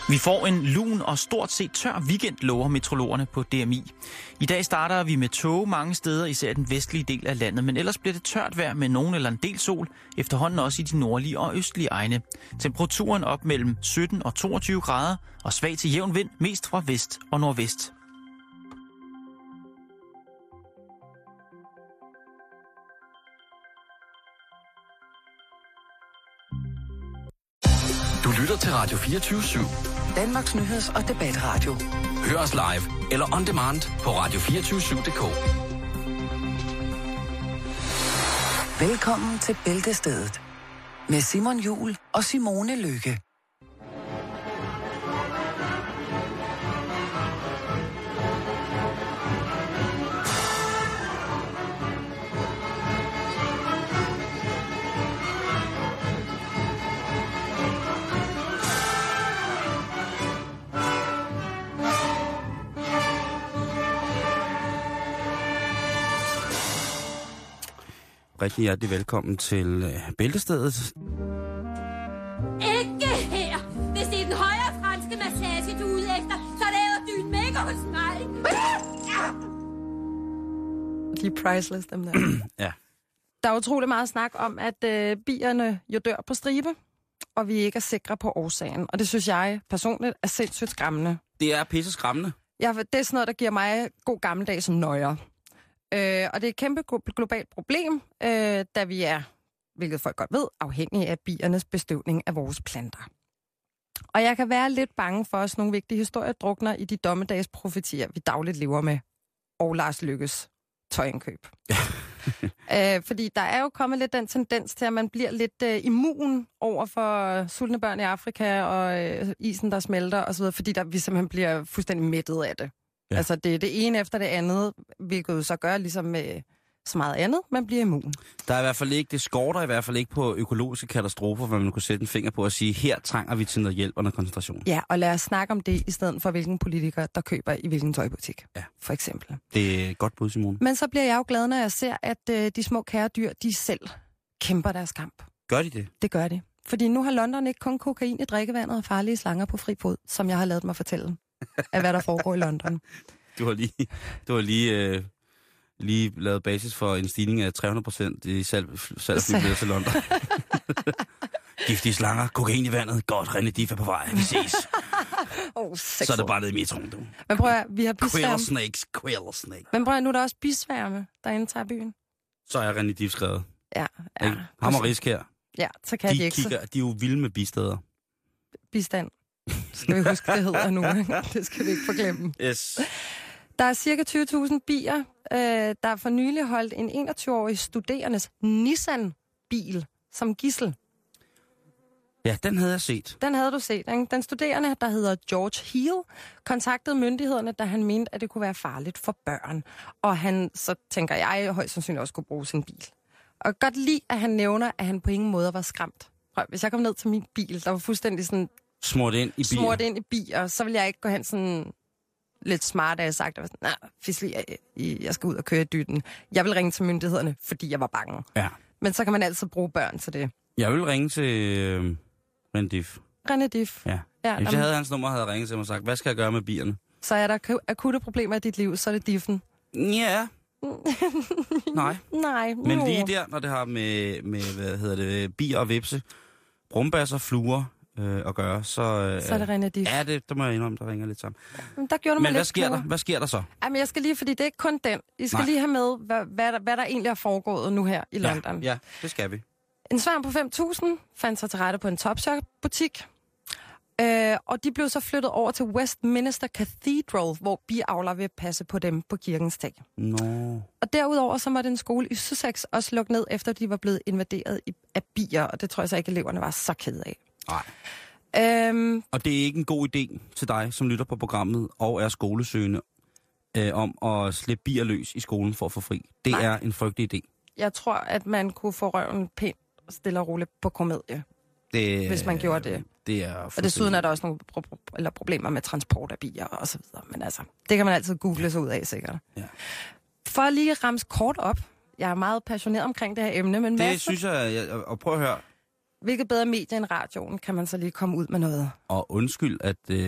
Vi får en lun og stort set tør weekend, lover meteorologerne på DMI. I dag starter vi med tåge mange steder, især i den vestlige del af landet, men ellers bliver det tørt vejr med nogen eller en del sol, efterhånden også i de nordlige og østlige egne. Temperaturen op mellem 17 og 22 grader og svag til jævn vind, mest fra vest og nordvest. Du lytter til Radio 24/7. Danmarks nyheds- og debatradio. Hør os live eller on demand på radio247.dk. Velkommen til Bæltestedet med Simon Juhl og Simone Lykke. Rigtig hjertelig velkommen til Bæltestedet. Ikke her! Hvis det er den højre franske massage, du er ude efter, så laver du en mega hos mig! De er priceless, dem der. Ja. Der er utrolig meget snak om, at bierne jo dør på stribe, og vi ikke er sikre på årsagen. Og det synes jeg personligt er sindssygt skræmmende. Det er pisse skræmmende. Ja, det er sådan noget, der giver mig god gammeldags nøjer. Og det er et kæmpe globalt problem, da vi er, hvilket folk godt ved, afhængige af biernes bestøvning af vores planter. Og jeg kan være lidt bange for, at nogle vigtige historier drukner i de dommedagsprofetier, vi dagligt lever med, og Lars Lykkes tøjindkøb. Fordi der er jo kommet lidt den tendens til, at man bliver lidt immun over for sultne børn i Afrika og isen, der smelter osv., fordi vi simpelthen bliver fuldstændig mættet af det. Ja. Altså det er det ene efter det andet, hvilket så gør ligesom med så meget andet, man bliver immun. Der er i hvert fald ikke, det skorter i hvert fald ikke på økologiske katastrofer, hvor man kunne sætte en finger på og sige, her trænger vi til noget hjælp og noget koncentration. Ja, og lad os snakke om det i stedet for, hvilken politiker, der køber i hvilken tøjbutik, for eksempel. Det er et godt bud, Simone. Men så bliver jeg jo glad, når jeg ser, at de små kæredyr, de selv kæmper deres kamp. Gør de det? Det gør de. Fordi nu har London ikke kun kokain i drikkevandet og farlige slanger på fri fod, som jeg har ladet mig fortælle af, hvad der foregår i London. Du har lige lavet basis for en stigning af 300% i salg af flybilletter til London. Giftige slanger, kokain i vandet, godt, René Diff er på vej, vi ses. Så er det bare ned i metroen, du. Men prøv at, vi har bisværme. Quail snakes. Men prøv at, nu er der også bisværme, der indtager byen. Så er René Diff skrevet. Ja. Ham og Risk her. Ja, så kan de ikke. De er jo vilde med bisteder. Bistand. Skal vi huske, det hedder nu. Det skal vi ikke forglemme. Yes. Der er cirka 20.000 bier, der for nylig holdt en 21-årig studerendes Nissan-bil som gidsel. Ja, den havde jeg set. Den havde du set, ikke? Den studerende, der hedder George Hill, kontaktede myndighederne, da han mente, at det kunne være farligt for børn. Og han, så tænker jeg, højst sandsynligt også kunne bruge sin bil. Og godt lide, at han nævner, at han på ingen måde var skræmt. Prøv, hvis jeg kom ned til min bil, der var fuldstændig sådan... Smurt ind i bier, så ville jeg ikke gå hen sådan... lidt smart, da jeg sagt, jeg skal ud og køre i dytten. Jeg vil ringe til myndighederne, fordi jeg var bange. Ja. Men så kan man altid bruge børn til det. Jeg vil ringe til René Diff. René Diff. Ja. Hvis jeg havde hans nummer, havde jeg ringet til mig og sagt, hvad skal jeg gøre med bierne? Så er der akutte problemer i dit liv, så er det Diffen. Ja. Nej. Nej. Men lige der, når det har med bier og vipse, brumbasser, fluer at gøre, så er det René Diff. Ja, det må jeg indrømme, der ringer lidt sammen. Der gjorde Men hvad sker der så? Jamen, jeg skal lige, fordi det er ikke kun den. I skal lige have med, hvad der egentlig er foregået nu her i London. Ja, det skal vi. En sværm på 5.000 fandt sig til rette på en Topshop-butik. Og de blev så flyttet over til Westminster Cathedral, hvor biavlere vil passe på dem på kirkens tag. No. Og derudover så måtte en skole i Sussex også lukke ned, efter de var blevet invaderet af bier, og det tror jeg så ikke, eleverne var så kede af. Nej. Og det er ikke en god idé til dig, som lytter på programmet og er skolesøgende, om at slippe bier løs i skolen for at få fri. Det er en frygtelig idé. Jeg tror, at man kunne få røven pænt stille og roligt på komedie, hvis man gjorde det. Det er og desuden er der også nogle problemer med transport af bier og så videre. Men altså, det kan man altid google sig ud af, sikkert. Ja. For lige at ramse kort op. Jeg er meget passioneret omkring det her emne, men det synes jeg, og prøv at høre. hvilket bedre medie end radioen kan man så lige komme ud med noget. Og undskyld,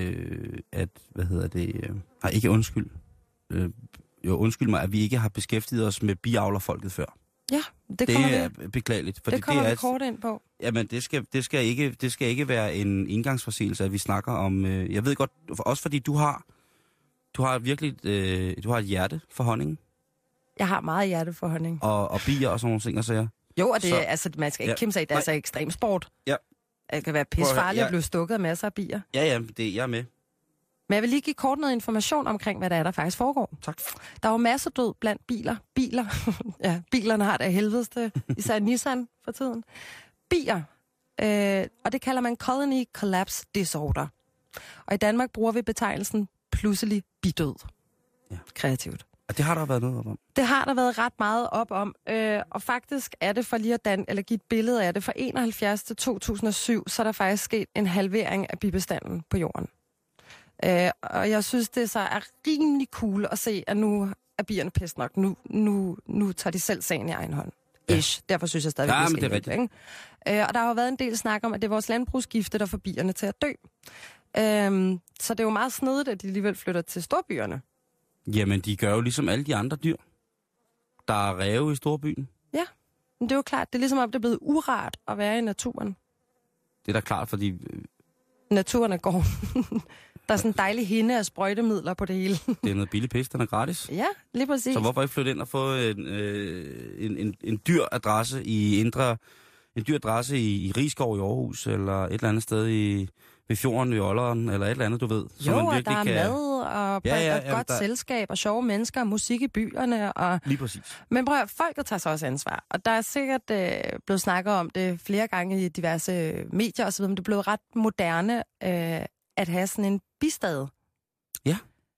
ikke undskyld. Undskyld mig, at vi ikke har beskæftiget os med biavlerfolket før. Ja, det er beklageligt. Det kommer vi kort ind på. Jamen, det skal ikke være en indgangsforseelse, at vi snakker om... jeg ved godt, også fordi du har virkelig du har et hjerte for honning. Jeg har meget hjerte for honning. Og bier og sådan nogle ting, og så jeg. Jo, og man skal ikke kæmpe sig, det er altså ekstrem sport. Ja. Det kan være pissefarligt at blive stukket af masser af bier. Ja, jeg er med. Men jeg vil lige give kort noget information omkring, hvad der faktisk foregår. Tak. Der er jo masser død blandt biler. Ja, bilerne har det af helvedeste. Især Nissan for tiden. Bier. Og det kalder man colony collapse disorder. Og i Danmark bruger vi betegnelsen pludselig bidød. Ja. Kreativt. Og det har der været noget op om. Det har der været ret meget op om. Og faktisk er det for lige at give et billede af det. Fra 71 til 2007, så er der faktisk sket en halvering af bibestanden på jorden. Og jeg synes, det så er rimelig cool at se, at nu er bierne pest nok. Nu tager de selv sagen i egen hånd. Ish. Derfor synes jeg stadigvæk, det er rigtigt. Og der har jo været en del snak om, at det er vores landbrugsgifte, der får bierne til at dø. Så det er jo meget snedigt, at de alligevel flytter til storbyerne. Jamen, de gør jo ligesom alle de andre dyr. Der er ræve i storbyen. Ja, men det er jo klart. Det er ligesom om, det er blevet urart at være i naturen. Det er da klart, fordi... Naturen er gården. Der er sådan en dejlig hinde af sprøjtemidler på det hele. Det er noget billig pis, den er gratis. Ja, lige præcis. Så hvorfor ikke flytte ind og få en dyr adresse i i Rigskov i Aarhus, eller et eller andet sted ved fjorden ved Olderen, eller et eller andet, du ved. Jo, man virkelig der er mad, og godt selskab, og sjove mennesker, og musik i byerne. Og... Lige præcis. Men prøv at folket tager så også ansvar. Og der er sikkert blevet snakket om det flere gange i diverse medier osv., men det er blevet ret moderne at have sådan en bistad. Ja.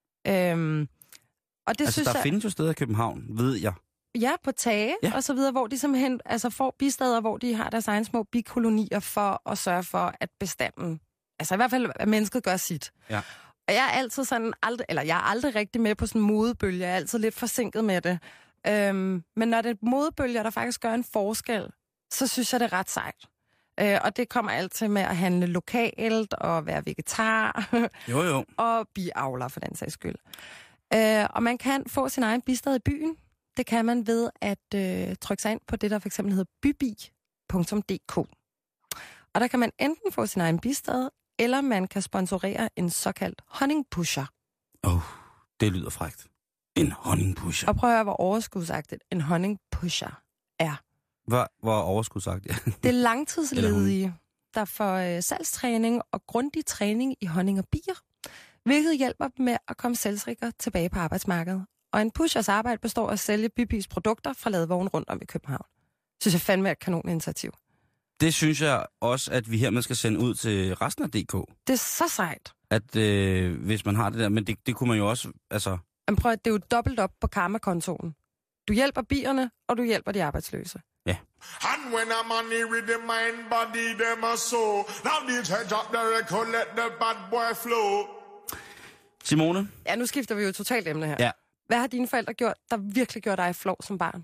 Og det synes der findes jo steder i København, ved jeg. Ja, på tage og så videre, hvor de simpelthen får bistader, hvor de har deres egne små bikolonier for at sørge for, at bestanden, altså i hvert fald, at mennesket gør sit. Ja. Og jeg er altid sådan, jeg er aldrig rigtig med på sådan en modebølge, jeg er altid lidt forsinket med det. Men når det er modebølger, der faktisk gør en forskel, så synes jeg, det er ret sejt. Og det kommer altid med at handle lokalt og være vegetar. Jo. Og biavler for den sags skyld. Og man kan få sin egen bistad i byen. Det kan man ved at trykke sig ind på det, der for eksempel hedder bybi.dk. Og der kan man enten få sin egen bistad, eller man kan sponsorere en såkaldt honningpusher. Det lyder frækt. En honningpusher. Og prøv at høre, hvor overskudsagtigt en honningpusher er. Hvor overskudsagtigt? Det er langtidsledige, der får salgstræning og grundig træning i honning og bier, hvilket hjælper dem med at komme selvsikker tilbage på arbejdsmarkedet. Og en pushers arbejde består af at sælge Bybis produkter fra ladevognen rundt om i København. Synes jeg fandme er et kanoninitiativ. Det synes jeg også, at vi hermed skal sende ud til resten af DK. Det er så sejt. At hvis man har det der, men det kunne man jo også, altså... Men prøv at det er jo dobbelt op på karma-kontoen. Du hjælper bierne, og du hjælper de arbejdsløse. Ja. And when I'm on with the mind, body, them a soul. Now these heads up the record, let the bad boy flow. Simone? Ja, nu skifter vi jo totalt emne her. Ja. Hvad har dine forældre gjort, der virkelig gjorde dig flov som barn?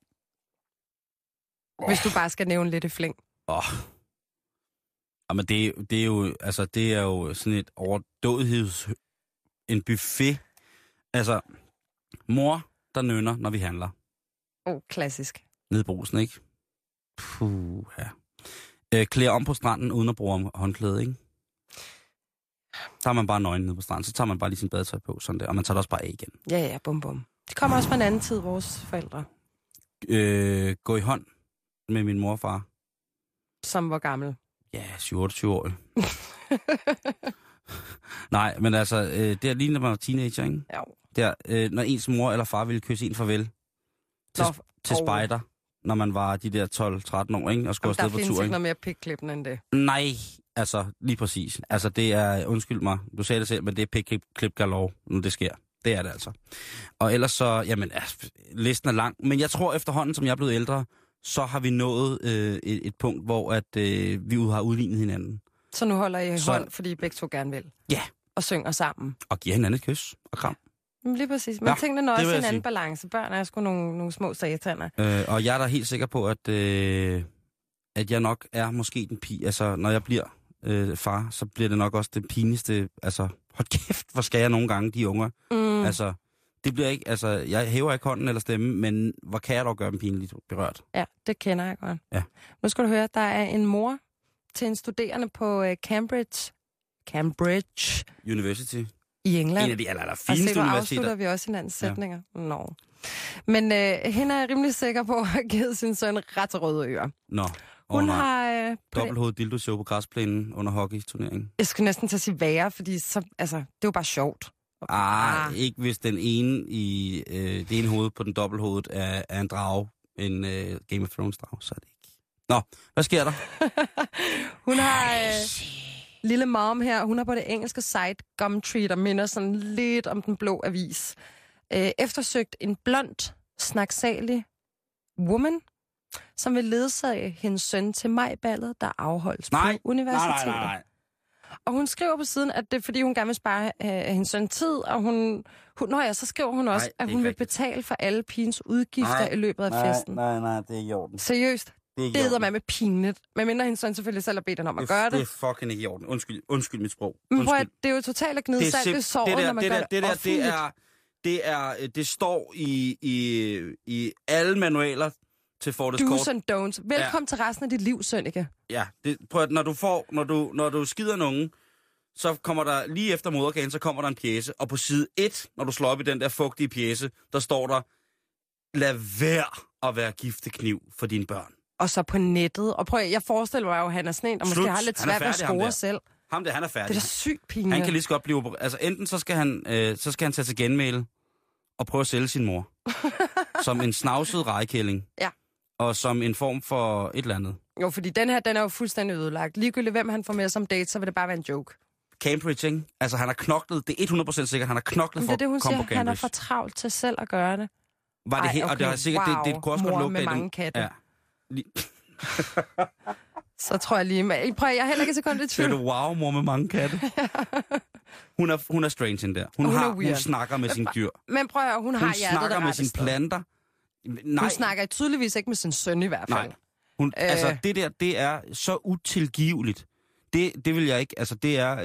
Hvis du bare skal nævne lidt i flæng. Jamen det er jo sådan et overdådigheds... En buffet. Altså, mor, der nynner, når vi handler. Klassisk. Nede i Brugsen, ikke? Klæder om på stranden, uden at bruge håndklæde, ikke? Der er man bare nøgen nede på stranden, så tager man bare lige sin badetøj på, sådan der, og man tager det også bare af igen. Ja, bum. De kommer også fra en anden tid, vores forældre. Gå i hånd med min mor og far. Som var gammel? Ja, 27 år. Nej, men altså, det er lige når man var teenager, ikke? Jo. Der, når ens mor eller far ville kysse en farvel til spejder, når man var de der 12-13 år, ikke? Og skulle afsted på tur, ikke? Der findes ikke noget mere pikklippende end det. Nej, altså, lige præcis. Altså, det er, undskyld mig, du sagde det selv, men det er pikklip galore, når det sker. Det er det altså. Og ellers så, jamen, listen er lang. Men jeg tror efterhånden, som jeg er blevet ældre, så har vi nået et punkt, hvor at, vi har udlignet hinanden. Så nu holder I hånd, fordi I begge to gerne vil? Ja. Og synger sammen? Og giver hinanden et kys og kram. Lige præcis. Men tænk, der også en anden balance. Børn er sgu nogle små sataner. Og jeg er da helt sikker på, at at jeg nok er måske den pige, altså når jeg bliver far, så bliver det nok også det pinligste, altså hold kæft, hvor skal jeg nogle gange, de unger. Altså, det bliver ikke, altså jeg hæver ikke hånden eller stemme, men hvor kan jeg dog gøre dem pinligt berørt? Ja, det kender jeg godt. Ja. Nu skal du høre, der er en mor til en studerende på Cambridge University. i England. En af de aller Og fineste så universiteter. afslutter vi også hinandens sætninger. Nå. Men hende er jeg rimelig sikker på at have givet sin søn ret røde ører. Nå. Hun har... Dobbelthoved dildo-show på græsplænen under hockeyturneringen. Jeg skulle næsten til at sige værre, fordi så, altså, det er jo bare sjovt. Ikke hvis den ene i det ene hoved på den dobbelthovedet er en drage, en Game of Thrones drage, så er det ikke. Nå, hvad sker der? Hun har... lille mom her, hun har på det engelske site Gumtree, der minder sådan lidt om Den Blå Avis, eftersøgt en blond, snaksalig woman, som vil ledsage hendes søn til majballet, der afholdes på universitetet. Nej. Og hun skriver på siden, at det er, fordi hun gerne vil spare hendes søn tid, og så skriver hun også, at hun vil betale for alle pigens udgifter i løbet af festen. Nej, det er ikke i orden. Seriøst? Det hedder med pinligt. Men mindre hendes søn selvfølgelig selv har bedt hende om at gøre det. Det er fucking ikke i orden. Undskyld mit sprog. Men prøv at, det er jo totalt at gnide salt i såret, når man gør det. Det står i alle manualer til Fortis Kort. Do's and don'ts. Velkommen til resten af dit liv, Sønneke. Ja, prøv at når du skider nogen, så kommer der lige efter moderkagen, så kommer der en pjece, og på side 1, når du slår op i den der fugtige pjece, der står der, lad være at være giftekniv for dine børn. Og så på nettet. Og prøv, jeg forestiller mig jo, at han er sådan en, og måske har lidt svært ved at score selv. Han er færdig. Det er da sygt pinligt. Han kan lige så godt blive... Altså enten så skal han tage til genmæle og prøve at sælge sin mor. Som en snavset rejekælling. Ja. Og som en form for et eller andet. Jo, fordi den er jo fuldstændig ødelagt. Ligegyldigt hvem han får med som date, så vil det bare være en joke. Cambridge, ikke? Altså han har knoklet, det er 100% sikkert, han har knoklet for at komme på Cambridge. Han er for travlt til selv at gøre det. Var det helt, okay, og det er sikkert, wow, det kunne også godt lugte med mange katte. Ja. Så tror jeg lige... Prøv, jeg er heller ikke så kun i tvivl. Det er wow, mor med mange katte. Hun er strange ind der. Hun snakker med sin dyr. Men prøv at hun har hjertet der. Hun snakker med sine planter. Nej. Hun snakker tydeligvis ikke med sin søn i hvert fald. Nej. Altså, det der, det er så utilgiveligt. Det vil jeg ikke... Altså, det er...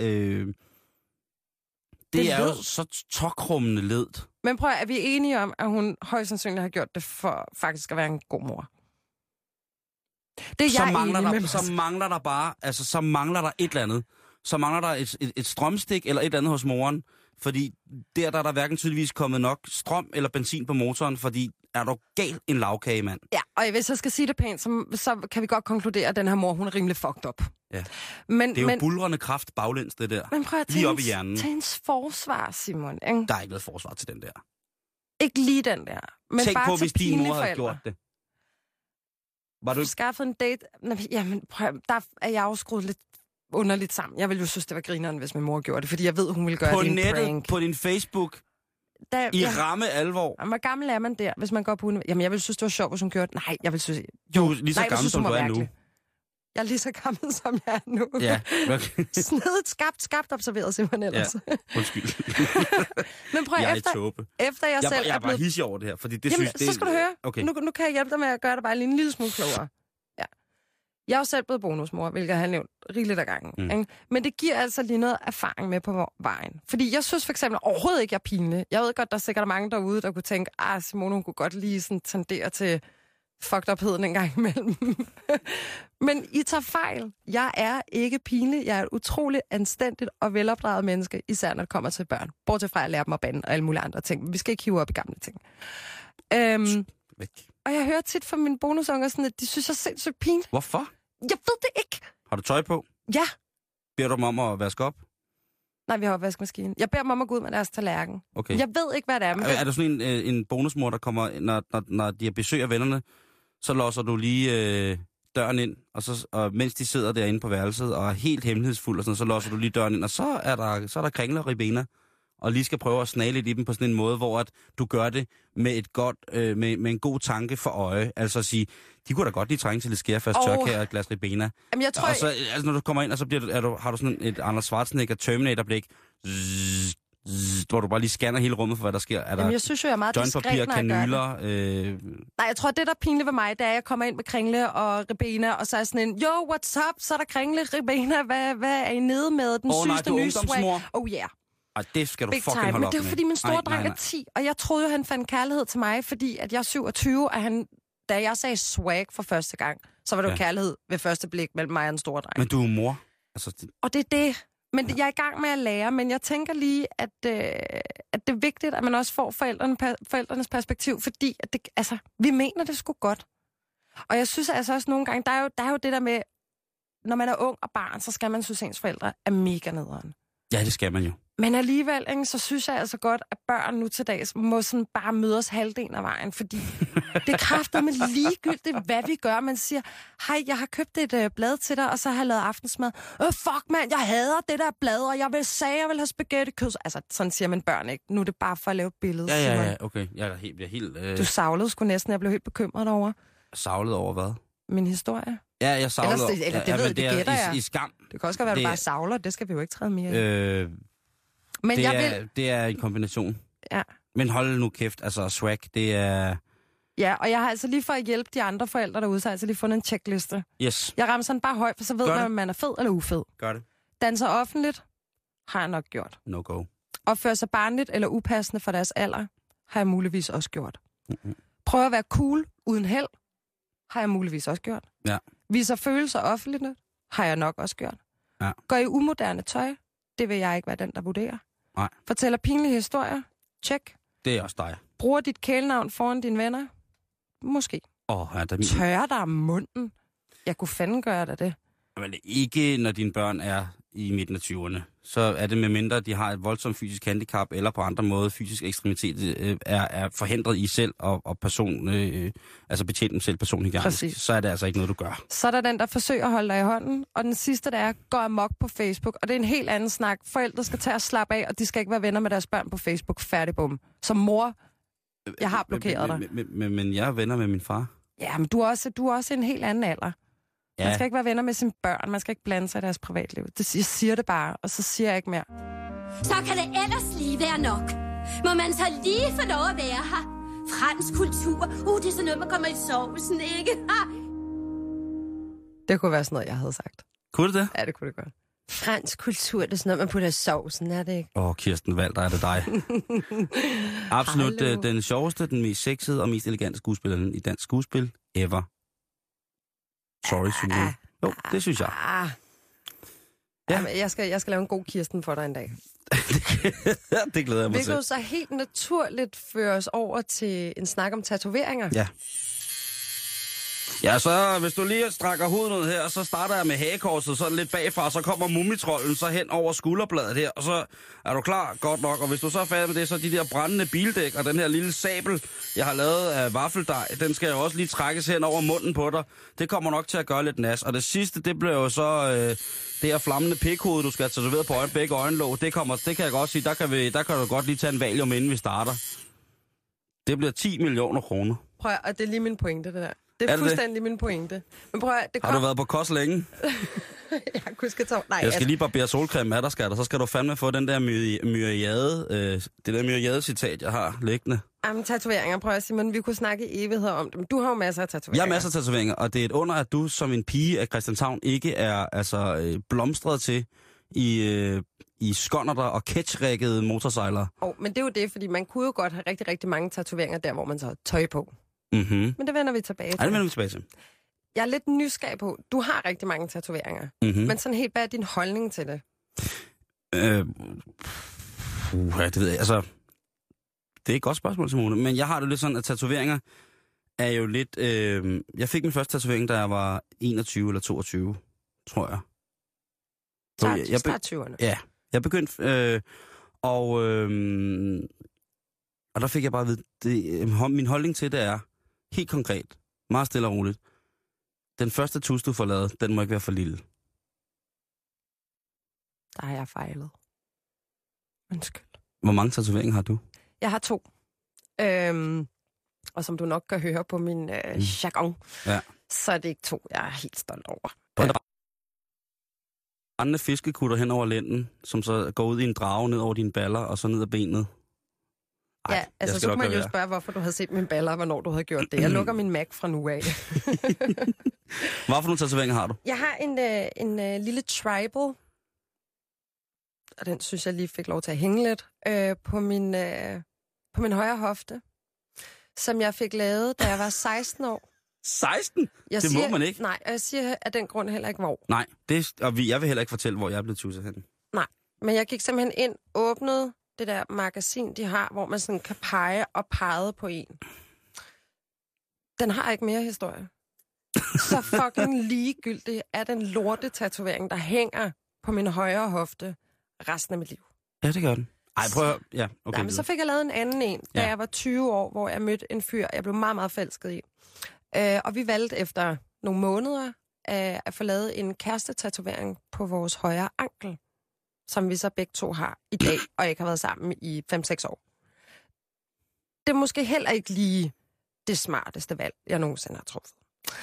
det er jo så tokrummende ledt. Men prøv at vi er enige om, at hun højst sandsynligt har gjort det for faktisk at være en god mor. Det er så jeg enig med. Så mangler der bare... Altså, så mangler der et eller andet. Så mangler der et strømstik eller et eller andet hos moren. Fordi der er der hverken tydeligvis kommet nok strøm eller benzin på motoren, fordi er du galt en lavkage, mand. Ja, og hvis jeg skal sige det pænt, så kan vi godt konkludere, at den her mor, hun er rimelig fucked up. Ja. Det er jo buldrende kraft baglæns, det der. Men prøv at lige op i hjernen. Til hendes forsvar, Simon. Ikke? Der er ikke noget forsvar til den der. Ikke lige den der. Men tænk bare på, hvis din mor havde forældre. gjort det. Var du skaffet en date? Jamen, prøv, der er jeg jo skruet lidt underligt sammen. Jeg ville jo synes, det var grineren, hvis min mor gjorde det, fordi jeg ved, hun ville gøre det en prank. På din Facebook, ramme alvor. Hvor gammel er man der, hvis man går på universitetet? Jamen, jeg ville synes, det var sjovt, hvis hun gjorde det. Nej, jeg ville synes... Du er lige så gammel, som du er nu. Jeg er lige så gammel, som jeg er nu. Ja, okay. Snedigt, skabt observeret, simpelthen ellers. Ja, undskyld. Men prøv efter jeg selv er bare hissig over det her, fordi det jamen, synes... så skal du høre. Okay. Nu kan jeg hjælpe dig med at gøre det bare lige en lille smule klogere. Ja. Jeg er jo selv blevet bonusmor, hvilket jeg har nævnt rigeligt af gangen. Ikke? Men det giver altså lige noget erfaring med på vejen. Fordi jeg synes for eksempel overhovedet ikke, jeg er pinlig. Jeg ved godt, der er sikkert mange derude, der kunne tænke, Simone, hun kunne godt lige sådan tendere til fucked upheden en gang imellem. Men I tager fejl. Jeg er ikke pinlig. Jeg er et utroligt anstændigt og velopdraget menneske, især når det kommer til børn. Bortset fra at lære dem at bande og alle mulige andre ting. Vi skal ikke hive op i gamle ting. Og jeg hører tit fra mine bonusunger sådan, at de synes, jeg er sindssygt pinligt. Hvorfor? Jeg ved det ikke. Har du tøj på? Ja. Beder du dem om at vaske op? Nej, vi har opvaskemaskinen. Jeg beder dem om at gå ud med deres tallerken. Okay. Jeg ved ikke, hvad det er. Men er du sådan en bonusmor, der kommer, når de har besøg af vennerne, så låser du lige døren ind, og mens de sidder derinde på værelset og er helt hemmelighedsfuld, og sådan, så låser du lige døren ind, og så er der kringler og ribena, og lige skal prøve at snage lidt i dem på sådan en måde, hvor at du gør det med et godt, med en god tanke for øje. Altså at sige, de kunne da godt lige trænge til lidt skærfast tørkær og et glas ribena. Jamen, jeg tror, og så, altså, når du kommer ind, og så har du sådan et Anders Schwarzenegger Terminator-blik. hvor du bare lige scanner hele rummet for, hvad der sker. Er der jeg synes jo, jeg er meget diskret, jointpapir, når jeg gør det. kanyler? Nej, jeg tror, det der er pinligt ved mig, det er, at jeg kommer ind med Kringle og Ribena, og så er sådan en, yo, what's up? Så er der Kringle, Ribena, hvad er I nede med? Den sygeste nye swag. Oh yeah. Ej, det skal du Big fucking time. holde Men op det er jo med. fordi, min store dreng nej. er 10, og jeg troede jo, han fandt kærlighed til mig, fordi at jeg er 27, og da jeg sagde swag for første gang, så var det jo kærlighed ved første blik mellem mig og den store dreng. Men du er mor. Altså, Og det er det. Men jeg er i gang med at lære, men jeg tænker lige, at det er vigtigt, at man også får forældrenes perspektiv, fordi at vi mener det sgu godt. Og jeg synes altså også nogle gange, der er jo det der med, når man er ung og barn, så skal man synes, ens forældre er mega nederen. ja, det skal man jo. Men alligevel, ikke, så synes jeg altså godt, at børn nu til dags må sådan bare mødes halvdelen af vejen, fordi det er kraftedeme ligegyldigt, hvad vi gør. Man siger, hej, jeg har købt et blad til dig, og så har jeg lavet aftensmad. Fuck, mand, jeg hader det der blad, og jeg vil have spaghetti-kød. Altså, sådan siger man børn ikke. Nu er det bare for at lave et billede. Ja, okay. Jeg er helt Du savlede sgu næsten, jeg blev helt bekymret over savlet over hvad? min historie. Ja, jeg savlede over. Eller det ved jeg, det gætter jeg. I skam. Det kan også godt være, at du bare savler, det skal vi jo ikke træde mere i. Men det er en kombination. Ja. Men hold nu kæft, altså swag, det er... Ja, og jeg har altså lige for at hjælpe de andre forældre derude, så har jeg altså lige fundet en checkliste. Yes, Jeg rammer sådan bare højt, for så ved man, om man er fed eller ufed. gør det. Danser offentligt, har jeg nok gjort. No go. Opfører sig barnligt eller upassende for deres alder, har jeg muligvis også gjort. Prøver at være cool uden held, har jeg muligvis også gjort. Ja. Viser følelser offentligt, har jeg nok også gjort. Ja. Går i umoderne tøj, det vil jeg ikke være den, der vurderer. Nej. Fortæller pinlige historier, check. Det er også dig. Bruger dit kælenavn foran dine venner, måske. Ja, der er min... Tørrer dig om munden, jeg kunne fanden gøre dig det. Men ikke når dine børn er i midten af 20'erne. Så er det med mindre, de har et voldsomt fysisk handicap, eller på andre måder fysisk ekstremitet er forhindret i selv og altså betjent dem selv personhygiejnisk. Præcis. Så er det altså ikke noget, du gør. Så er der den, der forsøger at holde dig i hånden, og den sidste, der er, går amok på Facebook. Og det er en helt anden snak. Forældre skal tage og slappe af, og de skal ikke være venner med deres børn på Facebook. Færdig bum. Som mor, jeg har blokeret dig. Men jeg er venner med min far. Ja, men du er også en helt anden alder. Ja. Man skal ikke være venner med sine børn. Man skal ikke blande sig i deres privatliv. Jeg siger det bare, og så siger jeg ikke mere. Så kan det ellers lige være nok. Må man så lige få lov at være her? Fransk kultur. Det er sådan noget, man kommer i sovsen, ikke? Det kunne være sådan noget, jeg havde sagt. Kunne det? Ja, det kunne det godt. Fransk kultur, det er sådan noget, man putter i sovsen, er det ikke? Kirsten Walter, er det dig? Absolut den sjoveste, den mest sexede og mest elegante skuespiller i dansk skuespil ever. Sorry, Sune. Jo, det synes jeg. Ja. Jamen, jeg skal lave en god Kirsten for dig en dag. Det glæder jeg mig Vi til. kan jo så helt naturligt føre os over til en snak om tatoveringer. Ja. Ja, så hvis du lige strækker hovedet ned her, så starter jeg med hagekorset sådan lidt bagfra, så kommer mumitrollen så hen over skulderbladet her, og så er du klar, godt nok. Og hvis du så er færdig med det, så de der brændende bildæk og den her lille sabel, jeg har lavet af vaffeldej, den skal jo også lige trækkes hen over munden på dig. Det kommer nok til at gøre lidt nas. Og det sidste, det bliver jo så det her flammende pikhoved, du skal tatovere på begge øjenlåg. Det kan jeg godt sige, der kan du godt lige tage en valium, inden vi starter. Det bliver 10 millioner kroner. Prøv at det er lige min pointe, det der. Det er fuldstændig min pointe. Men prøv at, Har du været på kost længe? Jeg kunne skal tage... Nej, jeg skal lige barbere solcreme af dig, skatter. Så skal du fandme få den der myriade-citat, jeg har liggende. Jamen, tatoveringer, prøv at sige, men vi kunne snakke i evigheder om dem. Du har jo masser af tatoveringer. Jeg har masser af tatoveringer, og det er et under, at du som en pige af Christianshavn ikke er blomstret til i skonnerter og catchrækkede motorsejlere. Men det er jo det, fordi man kunne jo godt have rigtig, rigtig mange tatoveringer der, hvor man så har tøj på. Mm-hmm. Men det vender vi tilbage til. Ja, det vender vi tilbage til. Jeg er lidt nysgerrig på, du har rigtig mange tatoveringer. Mm-hmm. Men sådan helt, hvad er din holdning til det? Det ved jeg, altså... Det er et godt spørgsmål, Simone, men jeg har det lidt sådan, at tatoveringer er jo lidt... jeg fik min første tatovering, da jeg var 21 eller 22, tror jeg. Start 20'erne. Ja, jeg begyndte... Og der fik jeg bare at vide, min holdning til det er, helt konkret, meget stille og roligt, den første tus, du får lavet, den må ikke være for lille. Der har jeg fejlet. Undskyld. Hvor mange tatoveringer har du? Jeg har 2. Og som du nok kan høre på min jargon, så er det ikke 2, jeg er helt stolt over. brændende fiskekutter hen over lænden, som så går ud i en drage ned over dine baller, og så ned ad benet. Ej, ja, altså så kunne man jo spørge, hvorfor du havde set mine baller, og hvornår du havde gjort det. Jeg lukker min Mac fra nu af. Hvad for nogle tatoveringer har du? Jeg har en lille tribal, og den synes jeg lige fik lov til at hænge lidt, på min højre hofte, som jeg fik lavet, da jeg var 16 år. 16? Det må man ikke. Nej, og jeg siger af den grund heller ikke hvor. Nej, jeg vil heller ikke fortælle, hvor jeg er blevet tusset hen. Nej, men jeg gik simpelthen ind, åbnede det der magasin, de har, hvor man sådan kan pege og pege på en. Den har ikke mere historie. Så fucking ligegyldig er den lorte-tatovering, der hænger på min højre hofte resten af mit liv. Ja, det gør den. Ej, prøv at høre. Ja, okay. Nej, men så fik jeg lavet en anden en, da jeg var 20 år, hvor jeg mødte en fyr, jeg blev meget, meget forelsket i. Og vi valgte efter nogle måneder at få lavet en kærestetatovering på vores højre ankel, som vi så begge to har i dag, og ikke har været sammen i 5-6 år. Det er måske heller ikke lige det smarteste valg, jeg nogensinde har truffet.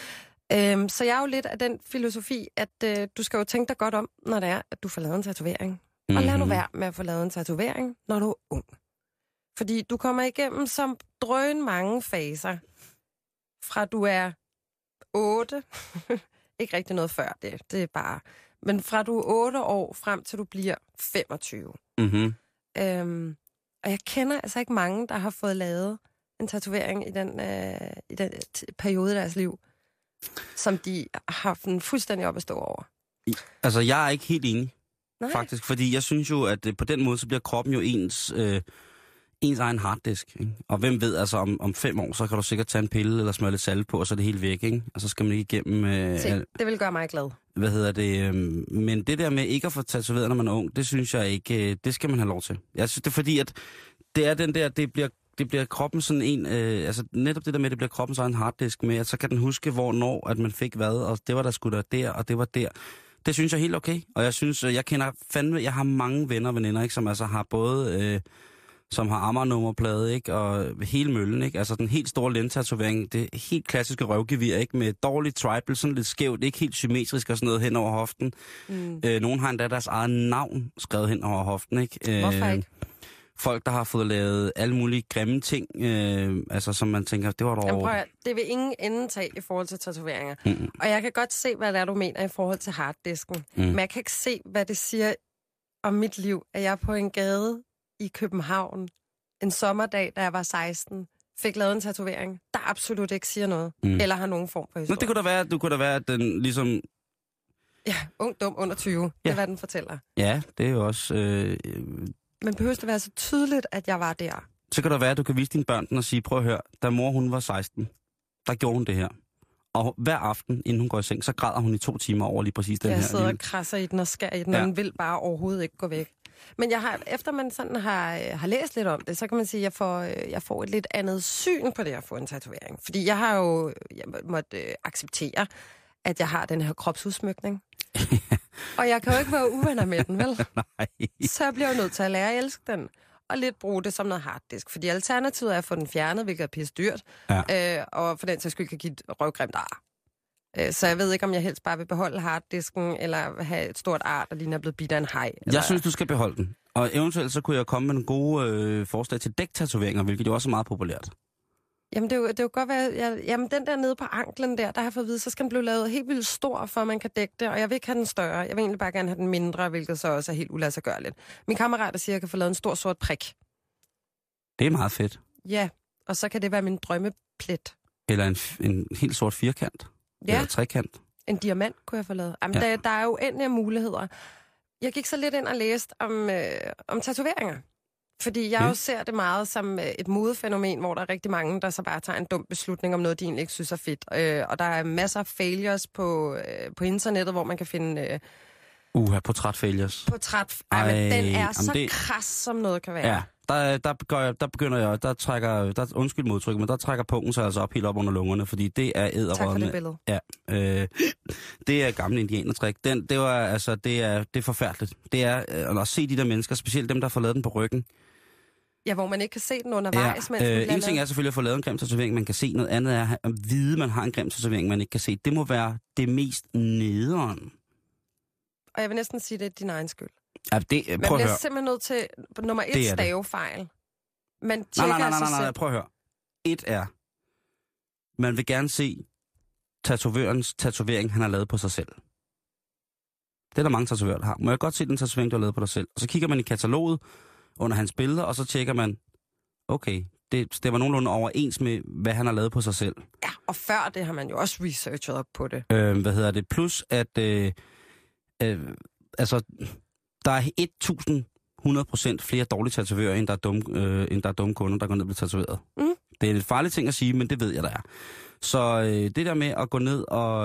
Så jeg er jo lidt af den filosofi, at du skal jo tænke dig godt om, når det er, at du får lavet en tatovering. Og lad nu være med at få lavet en tatovering, når du er ung. Fordi du kommer igennem som drøn mange faser, fra du er 8, ikke rigtig noget før det er bare, men fra du er 8 år frem til du bliver 25. Mm-hmm. Og jeg kender altså ikke mange, der har fået lavet en tatovering i den periode af deres liv, som de har haft en fuldstændig op at stå over. Altså, jeg er ikke helt enig, Nej. faktisk, fordi jeg synes jo, at på den måde, så bliver kroppen jo ens egen harddisk. Ikke? Og hvem ved, altså om 5 år, så kan du sikkert tage en pille eller smøre lidt salt på, og så er det helt væk, ikke? Og så skal man ikke igennem... det vil gøre mig glad. Men det der med ikke at få tatoveret, når man er ung, det synes jeg ikke, det skal man have lov til. Jeg synes, det er fordi, at det er den der, det bliver kroppen sådan en... altså netop det der med, at det bliver kroppens egen harddisk med, at så kan den huske, hvornår at man fik hvad, og det var der sgu der, og det var der. Det synes jeg er helt okay. Og jeg synes, jeg har mange venner og veninder, ikke, som altså har både... som har Amager-nummerplade, ikke, og hele møllen, ikke, altså den helt store lentatovering, det helt klassiske røvgevir, ikke, med dårligt tribal, sådan lidt skævt, ikke helt symmetrisk og sådan noget hen over hoften. Nogen har endda deres eget navn skrevet hen over hoften, ikke. Hvorfor ikke? Folk, der har fået lavet alle mulige grimme ting, altså som man tænker, det var dog... Jamen, det vil ingen ende tage i forhold til tatoveringer. Og jeg kan godt se, hvad det er, du mener i forhold til harddisken. Men jeg kan ikke se, hvad det siger om mit liv, at jeg er på en gade i København en sommerdag, da jeg var 16, fik lavet en tatovering, der absolut ikke siger noget, eller har nogen form for historie. Nå, det kunne da være, at den ligesom... Ja, ung, dum, under 20. Det er, hvad den fortæller. Ja, det er jo også... Men behøver det være så tydeligt, at jeg var der? Så kan det være, at du kan vise dine børn den og sige, prøv at høre, da mor hun var 16, der gjorde hun det her. Og hver aften, inden hun går i seng, så græder hun i 2 timer over lige præcis den her. Jeg sidder og krasser i den og skærer i den, og den vil bare overhovedet ikke gå væk. Men efter man sådan har læst lidt om det, så kan man sige, at jeg får et lidt andet syn på det at få en tatovering. Fordi jeg måtte acceptere, at jeg har den her kropsudsmykning. Og jeg kan jo ikke være uvenner med den, vel? Nej. Så jeg bliver jo nødt til at lære at elske den. Og lidt bruge det som noget harddisk. Fordi alternativet er at få den fjernet, hvilket er pisse dyrt. Ja. Og for den sags skyld kan give et røvgrimt ar. Så jeg ved ikke, om jeg helst bare vil beholde harddisken, eller have et stort ar, der lige er blevet bidt af en haj. Eller... Jeg synes, du skal beholde den. Og eventuelt så kunne jeg komme med nogle gode forslag til dæktatoveringer, hvilket jo også er meget populært. Jamen, det er jo godt være... Jamen, den der nede på anklen der har jeg fået at vide, så skal den blive lavet helt vildt stor, for at man kan dække det. Og jeg vil ikke have den større. Jeg vil egentlig bare gerne have den mindre, hvilket så også er helt uladsiggørligt. Min kammerat siger, at jeg kan få lavet en stor sort prik. Det er meget fedt. Ja, og så kan det være min drømmeplet. Eller en helt sort firkant. Ja. Eller trekant. En diamant kunne jeg få lavet. Jamen, ja. Der er jo uendelige muligheder. Jeg gik så lidt ind og læste om tatoveringer. Fordi jeg jo ser det meget som et modefænomen, hvor der er rigtig mange, der så bare tager en dum beslutning om noget, de egentlig ikke synes er fedt. Og der er masser af failures på internettet, hvor man kan finde... portrætfailures. Men den er så kras, som noget kan være. Ja, der begynder jeg, undskyld modtryk, men der trækker punkten sig altså op helt op under lungerne, fordi det er æderrødende. Tak for det billede. Ja, det er gamle indianertræk. Det er forfærdeligt. Det er at se de der mennesker, specielt dem, der får lavet den på ryggen. Ja, hvor man ikke kan se den undervejs. En ting er selvfølgelig at få lavet en grim tatovering, man kan se. Noget andet er at vide, man har en grim tatovering, man ikke kan se. Det må være det mest nederen. Og jeg vil næsten sige, at det er din egen skyld. Ja, det, Man prøv at bliver høre. simpelthen nødt til nummer 1 stavefejl. Man tjekker Nej, prøv at høre. 1 er, man vil gerne se tatovørens tatovering, han har lavet på sig selv. Det er der mange tatovører, der har. Må jeg godt se den tatovering, du har lavet på dig selv? Og så kigger man i kataloget under hans billeder, og så tjekker man, okay, det stemmer nogenlunde overens med, hvad han har lavet på sig selv. Ja, og før det har man jo også researchet op på det. Plus at, altså, der er 1100% flere dårlige tatovører, end der er dumme kunder, der går ned og bliver tatoveret. Mm. Det er en farlig ting at sige, men det ved jeg, der er. Så det der med at gå ned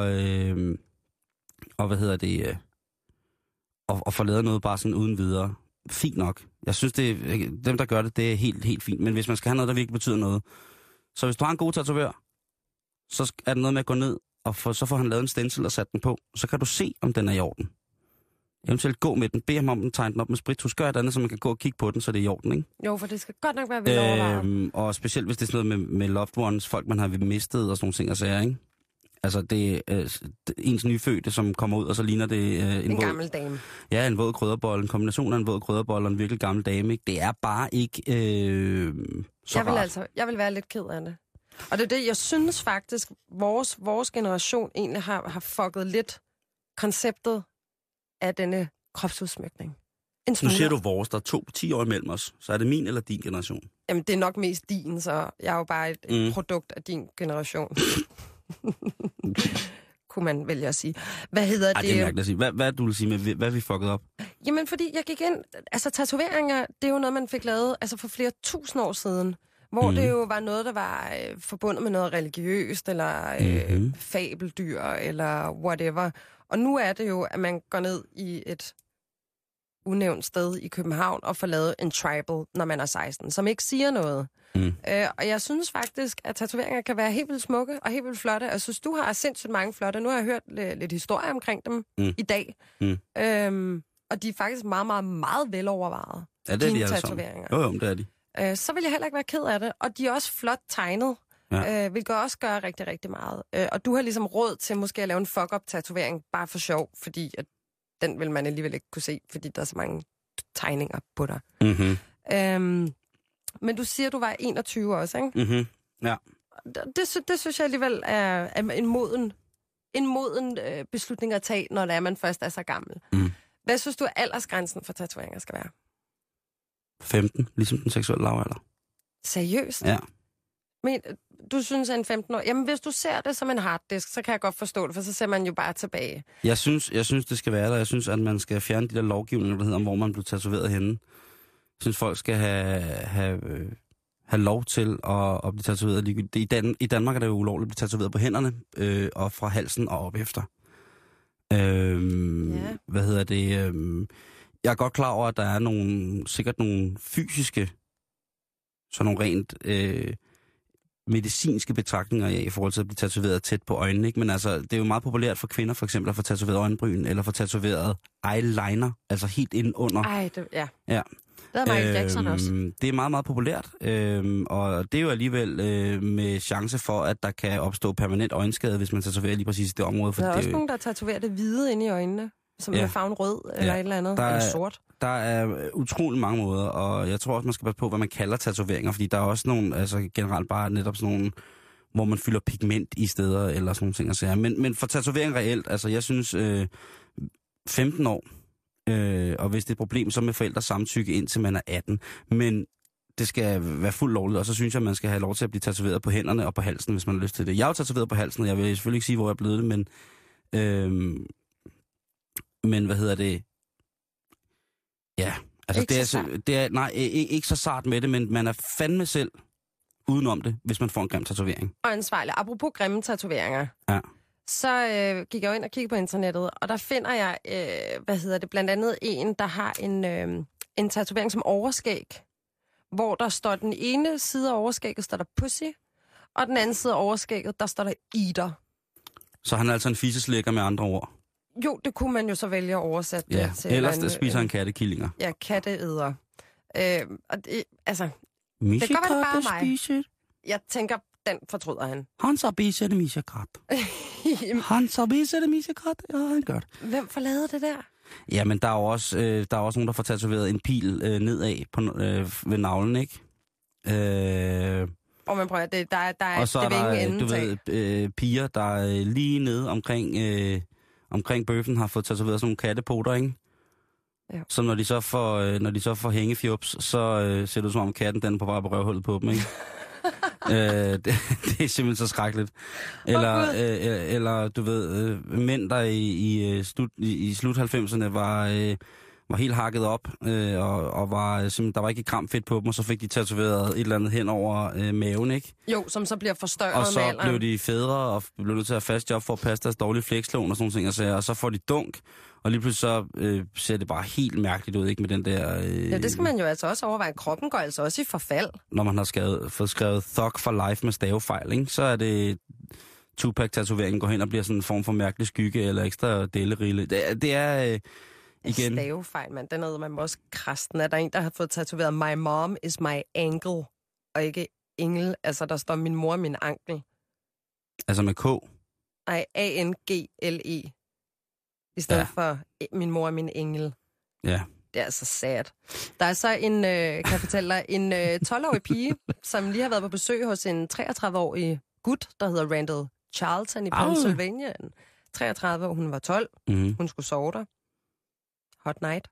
og få lavet noget bare sådan uden videre, fint nok. Jeg synes, dem der gør det, det er helt, helt fint. Men hvis man skal have noget, der virkelig betyder noget. Så hvis du har en god tatovør, så er det noget med at gå ned, og så får han lavet en stencil og sat den på. Så kan du se, om den er i orden. Eventuelt gå med den, bed ham om den, tegne den op med sprittus, gør et andet, så man kan gå og kigge på den, så det er i orden, ikke? Jo, for det skal godt nok være velovervejet. Og specielt hvis det er sådan noget med loved ones, folk man har mistet og sådan nogle ting og sager, ikke? Altså det er ens nyfødte, som kommer ud, og så ligner det en gammel dame. Ja, en våd krydderbolle, en kombination af en våd krydderbolle og en virkelig gammel dame, ikke? Det er bare ikke så rart. Jeg vil være lidt ked af det. Og det er det, jeg synes faktisk, vores generation egentlig har fucket lidt konceptet af denne kropsudsmykning. Nu siger du vores, der er 10 år imellem os. Så er det min eller din generation? Jamen, det er nok mest din, så jeg er jo bare et produkt af din generation. Kunne man vælge at sige. Hvad hedder det? Det er mærkeligt at sige. Hvad du vil sige med, hvad vi fucket op? Jamen, fordi jeg gik ind... Altså, tatoveringer, det er jo noget, man fik lavet for flere tusind år siden. Hvor det jo var noget, der var forbundet med noget religiøst, eller fabeldyr, eller whatever. Og nu er det jo, at man går ned i et unævnt sted i København og får lavet en tribal, når man er 16, som ikke siger noget. Og jeg synes faktisk, at tatoveringer kan være helt vildt smukke og helt vildt flotte. Jeg synes, du har sindssygt mange flotte. Nu har jeg hørt lidt historie omkring dem i dag. Og de er faktisk meget, meget, meget velovervejet. Ja, det er dine de tatoveringer. Jo, det er de. Så vil jeg heller ikke være ked af det. Og de er også flot tegnet, hvilket også gør rigtig, rigtig meget. Og du har ligesom råd til måske at lave en fuck-up-tatovering, bare for sjov, fordi at den vil man alligevel ikke kunne se, fordi der er så mange tegninger på dig. Men du siger, du var 21 også, ikke? Ja. Det synes jeg alligevel er en moden beslutning at tage, når det er, man først er så gammel. Hvad synes du, aldersgrænsen for tatoveringer skal være? 15, ligesom den seksuelle lavalder. Seriøst? Ja. Men du synes, at en 15-år... Jamen, hvis du ser det som en harddisk, så kan jeg godt forstå det, for så ser man jo bare tilbage. Jeg synes, det skal være der. Jeg synes, at man skal fjerne de der lovgivninger, der hedder, om hvor man bliver tatoveret henne. Jeg synes, folk skal have lov til at blive tatoveret. I Danmark er det jo ulovligt at blive tatoveret på hænderne, og fra halsen og op efter. Jeg er godt klar over, at der er sikkert nogle fysiske, sådan nogle rent medicinske betragtninger i forhold til at blive tatoveret tæt på øjnene, ikke? Men altså, det er jo meget populært for kvinder for eksempel at få tatoveret øjenbryn, eller få tatoveret eyeliner, altså helt ind under. Ja. Det er Michael Jackson også. Det er meget, meget populært, og det er jo alligevel med chance for, at der kan opstå permanent øjenskade, hvis man tatoverer lige præcis det område. Der er også nogen, der tatoverer det hvide inde i øjnene, som er farven rød eller et eller andet, eller sort. Der er utrolig mange måder, og jeg tror også, man skal passe på, hvad man kalder tatoveringer, fordi der er også nogle, altså generelt bare netop sådan nogle, hvor man fylder pigment i steder, eller sådan nogle ting at sige. Men for tatovering reelt, altså jeg synes, 15 år, og hvis det er et problem, så med forældres samtykke indtil man er 18. Men det skal være fuldt lovligt, og så synes jeg, at man skal have lov til at blive tatoveret på hænderne og på halsen, hvis man har lyst til det. Jeg er jo tatoveret på halsen, og jeg vil selvfølgelig ikke sige, hvor jeg er blevet det, men hvad hedder det? Ja, altså det er nej, ikke så sart med det, men man er fandme selv udenom det, hvis man får en grim tatovering. Og ansvarlig. Apropos grimme tatoveringer. Ja. Så gik jeg jo ind og kiggede på internettet, og der finder jeg, blandt andet en, der har en tatovering som overskæg, hvor der står den ene side af overskægget, står der pussy, og den anden side af overskægget, der står der eater. Så han er altså en fiseslækker med andre ord? Jo, det kunne man jo så vælge at oversætte det til. Ellers der spiser han kattekillinger. Ja, katteæder. Og det, altså, det kan godt være, det bare mig. Jeg tænker, den fortryder han. Han så spiser det misekrat. Han så spiser det misekrat. Ja, han gør det. Hvem får lavet det der? Jamen, der er også nogen, der får tatoveret en pil nedad på, ved navlen, ikke? Og man prøver, der er og så det er ingen der, endetag. piger, der lige nede omkring bøffen har fået tatoveret sådan nogle kattepoter, ikke? Ja. Så når de så får hængefjops, så ser det ud som om katten den er på vej på røvhullet på dem, ikke? Det er simpelthen så skrækkeligt. Eller du ved, mænd, der i slut 90'erne var helt hakket op, og var simpelthen, der var ikke et gram fedt på dem, og så fik de tatoveret et eller andet hen over maven, ikke? Jo, som så bliver forstørret og med så alderen. blev de fædre og blev nødt til at have fast job for at passe deres dårlige flekslån og sådan noget, og så får de dunk, og lige pludselig så ser det bare helt mærkeligt ud, ikke, med den der... Ja, det skal man jo altså også overveje. Kroppen går altså også i forfald. Når man har fået skrevet Thug for Life med stavefejl, ikke, så er det... Tupac-tatoveringen går hen og bliver sådan en form for mærkelig skygge eller ekstra dellerille. Det er... Igen. Stavefejl, mand. Den er man også krasten. Er der en, der har fået tatoveret My mom is my ankle, og ikke engel? Altså, der står min mor min ankel. Altså med K? Nej, A-N-G-L-E. I stedet for min mor er min engel. Ja. Det er altså sad. Der er så en, kan jeg fortælle dig, en 12-årig pige, som lige har været på besøg hos en 33-årig gut, der hedder Randall Charlton i Pennsylvania. 33 år, hun var 12. Mm-hmm. Hun skulle sove der. Hot night.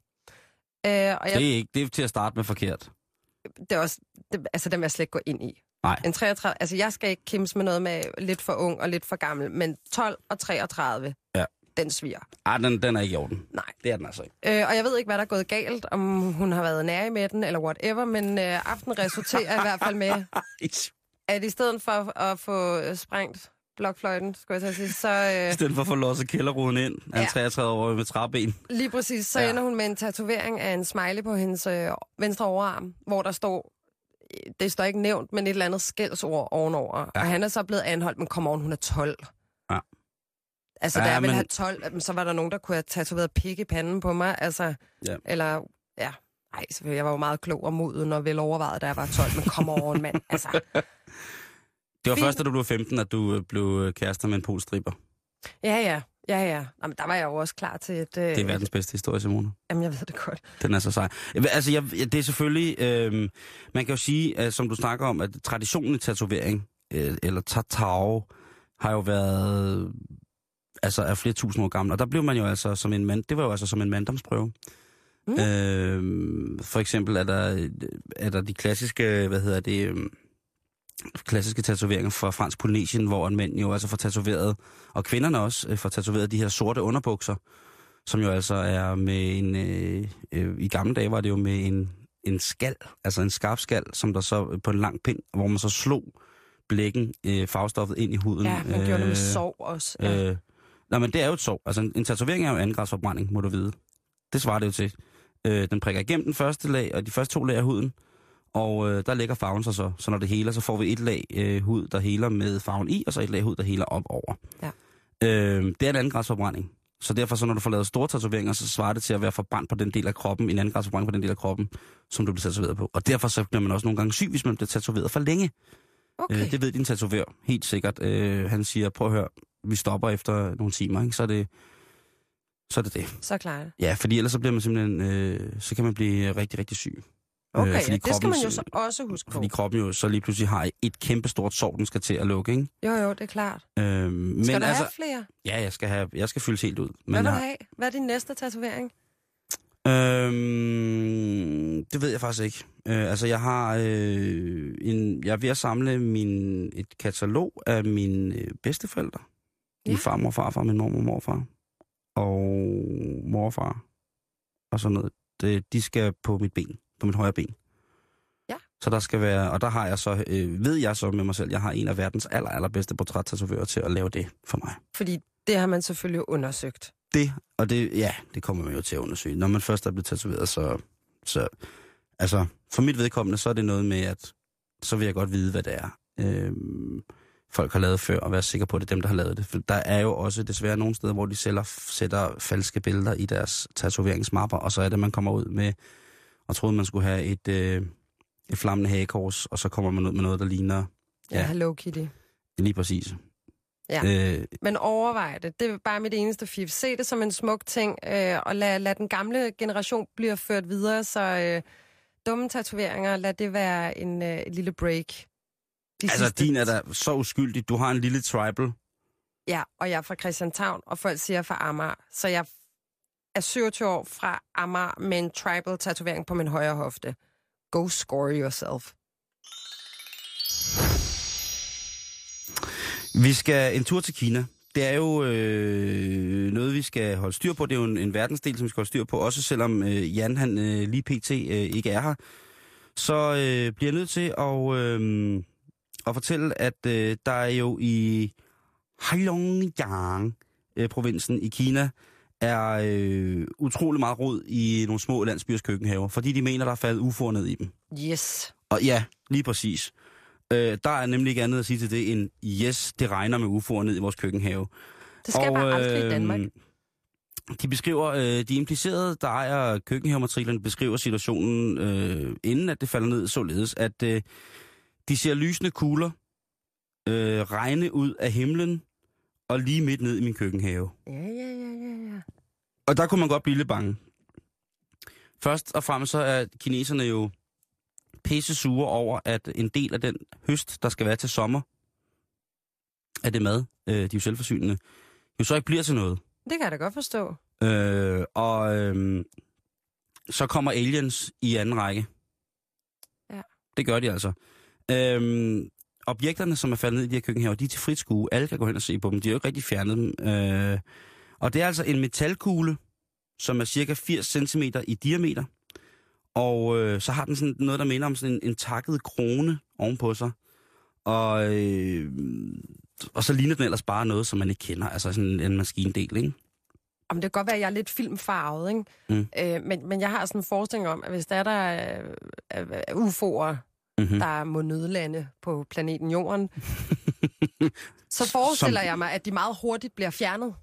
Det er til at starte med forkert. Det er også, altså den vil jeg slet ikke gå ind i. Nej. En 33, altså jeg skal ikke kimse med noget med lidt for ung og lidt for gammel, men 12 og 33, den sviger. Den er ikke i orden. Nej. Det er den altså ikke. Og jeg ved ikke, hvad der er gået galt, om hun har været nær med den, eller whatever, men aftenen resulterer i hvert fald med, at i stedet for at få sprængt blokfløjten, skulle jeg sige, så... I stedet for at få låset kælderruden ind af en 33-årig med træben. Lige præcis. Så ender hun med en tatovering af en smiley på hendes venstre overarm, hvor der står, det står ikke nævnt, men et eller andet skældsord ovenover. Ja. Og han er så blevet anholdt, men kom on, hun er 12. Ja. Altså, da jeg ville have 12, så var der nogen, der kunne have tatoveret pik i panden på mig. Altså, eller, nej, selvfølgelig, jeg var jo meget klog og moden og velovervejet, da jeg var 12, men kom on, mand. Altså... Det var først, da du blev 15, at du blev kærester med en polstripper. Ja. Jamen, der var jeg jo også klar til et... Det er verdens bedste historie, Simone. Jamen, jeg ved det godt. Den er så sej. Altså, det er selvfølgelig... man kan jo sige, som du snakker om, at traditionen i tatovering, eller tatau, har jo været... Altså, er flere tusind år gammel. Og der blev man jo altså som en mand... Det var jo altså som en manddomsprøve. For eksempel er der de klassiske... klassiske tatoveringer fra Fransk Polynesien, hvor en mænd jo altså får tatoveret, og kvinderne også får tatoveret de her sorte underbukser, som jo altså er med en... I gamle dage var det jo med en skal, altså en skarp skal, som der så på en lang pind, hvor man så slog blækken, farvestoffet ind i huden. Ja, man gjorde det med sov også. Ja. Nej, men det er jo et sov. Altså en tatovering er jo andengradsforbrænding, må du vide. Det svarer det jo til. Den prikker igennem den første lag, og de første 2 lag af huden, og der ligger farven sig så. Så når det heler, så får vi et lag hud, der heler med farven i, og så et lag hud, der heler op over. Ja. Det er en andengradsforbrænding. Så derfor, så når du får lavet store tatoveringer, så svarer det til at være forbrændt på den del af kroppen, en andengradsforbrænding på den del af kroppen, som du bliver tatoveret på. Og derfor så bliver man også nogle gange syg, hvis man bliver tatoveret for længe. Okay. Det ved din tatovør helt sikkert. Han siger, prøv at høre, vi stopper efter nogle timer, ikke? Så er det det. Så klarer det. Ja, fordi ellers så bliver man simpelthen, så kan man blive rigtig, rigtig syg. Okay, det skal man jo så også huske på. Fordi kroppen jo så lige pludselig har et kæmpestort sår, den skal til at lukke, ikke? Jo, det er klart. Skal du have flere? Ja, jeg skal fyldes helt ud. Hvad vil du have? Hvad er din næste tatovering? Det ved jeg faktisk ikke. Altså, jeg har jeg er ved at samle et katalog af mine bedsteforældre. Min farmor og farfar, min mormor og morfar. Og morfar. Og sådan noget. De skal på mit ben. På mit højre ben. Ja. Så der skal være, og der har jeg så, ved jeg så med mig selv, jeg har en af verdens allerbedste portrættatovører til at lave det for mig. Fordi det har man selvfølgelig undersøgt. Det kommer man jo til at undersøge. Når man først er blevet tatoveret, så altså, for mit vedkommende, så er det noget med, at så vil jeg godt vide, hvad det er, folk har lavet før, og være sikker på, at det er dem, der har lavet det. For der er jo også desværre nogle steder, hvor de sætter falske billeder i deres tatoveringsmapper, og så er det, man kommer ud med, og troede, man skulle have et flammende hagekors, og så kommer man ud med noget, der ligner... Ja, Hello Kitty. Lige præcis. Ja. Men overvej det. Det er bare mit eneste fif. Se det som en smuk ting, og lad den gamle generation blive ført videre, så dumme tatoveringer, lad det være et lille break. Din er da så uskyldig. Du har en lille tribal. Ja, og jeg er fra Christianshavn, og folk siger fra Amager. Så jeg er 27 år fra Amager med en tribal tatovering på min højre hofte. Go score yourself. Vi skal en tur til Kina. Det er jo noget, vi skal holde styr på. Det er jo en verdensdel, som vi skal holde styr på. Også selvom Jan han lige pt. Ikke er her. Så bliver jeg nødt til at fortælle, at der er jo i Heilongjiang-provinsen i Kina er utrolig meget rod i nogle små landsbyers køkkenhaver, fordi de mener, der er faldet UFO'er ned i dem. Yes. Og ja, lige præcis. Der er nemlig ikke andet at sige til det end, yes, det regner med UFO'er ned i vores køkkenhave. Det skal bare aldrig i Danmark. De beskriver, de implicerede, der ejer køkkenhavematerialerne, beskriver situationen, inden at det falder ned, således at de ser lysende kugler regne ud af himlen, og lige midt ned i min køkkenhave. Ja. Og der kunne man godt blive lidt bange. Først og fremmest så er kineserne jo pisse sure over, at en del af den høst, der skal være til sommer, af det mad, de er jo selvforsynende, jo så ikke bliver til noget. Det kan jeg da godt forstå. Så kommer aliens i anden række. Ja. Det gør de altså. Objekterne, som er faldet ned i de her køkkenhaver, de er til frit skue. Alle kan gå hen og se på dem. De er jo ikke rigtig fjernet dem. Og det er altså en metalkugle, som er cirka 80 cm i diameter. Og så har den sådan noget, der minder om sådan en takket krone ovenpå sig. Og så ligner den ellers bare noget, som man ikke kender. Altså sådan en maskinedel, ikke? Om det kan godt være, at jeg er lidt filmfarvet, ikke? Men jeg har sådan en forestilling om, at hvis der er UFO'er, der må nødlande på planeten Jorden, så forestiller jeg mig, at de meget hurtigt bliver fjernet.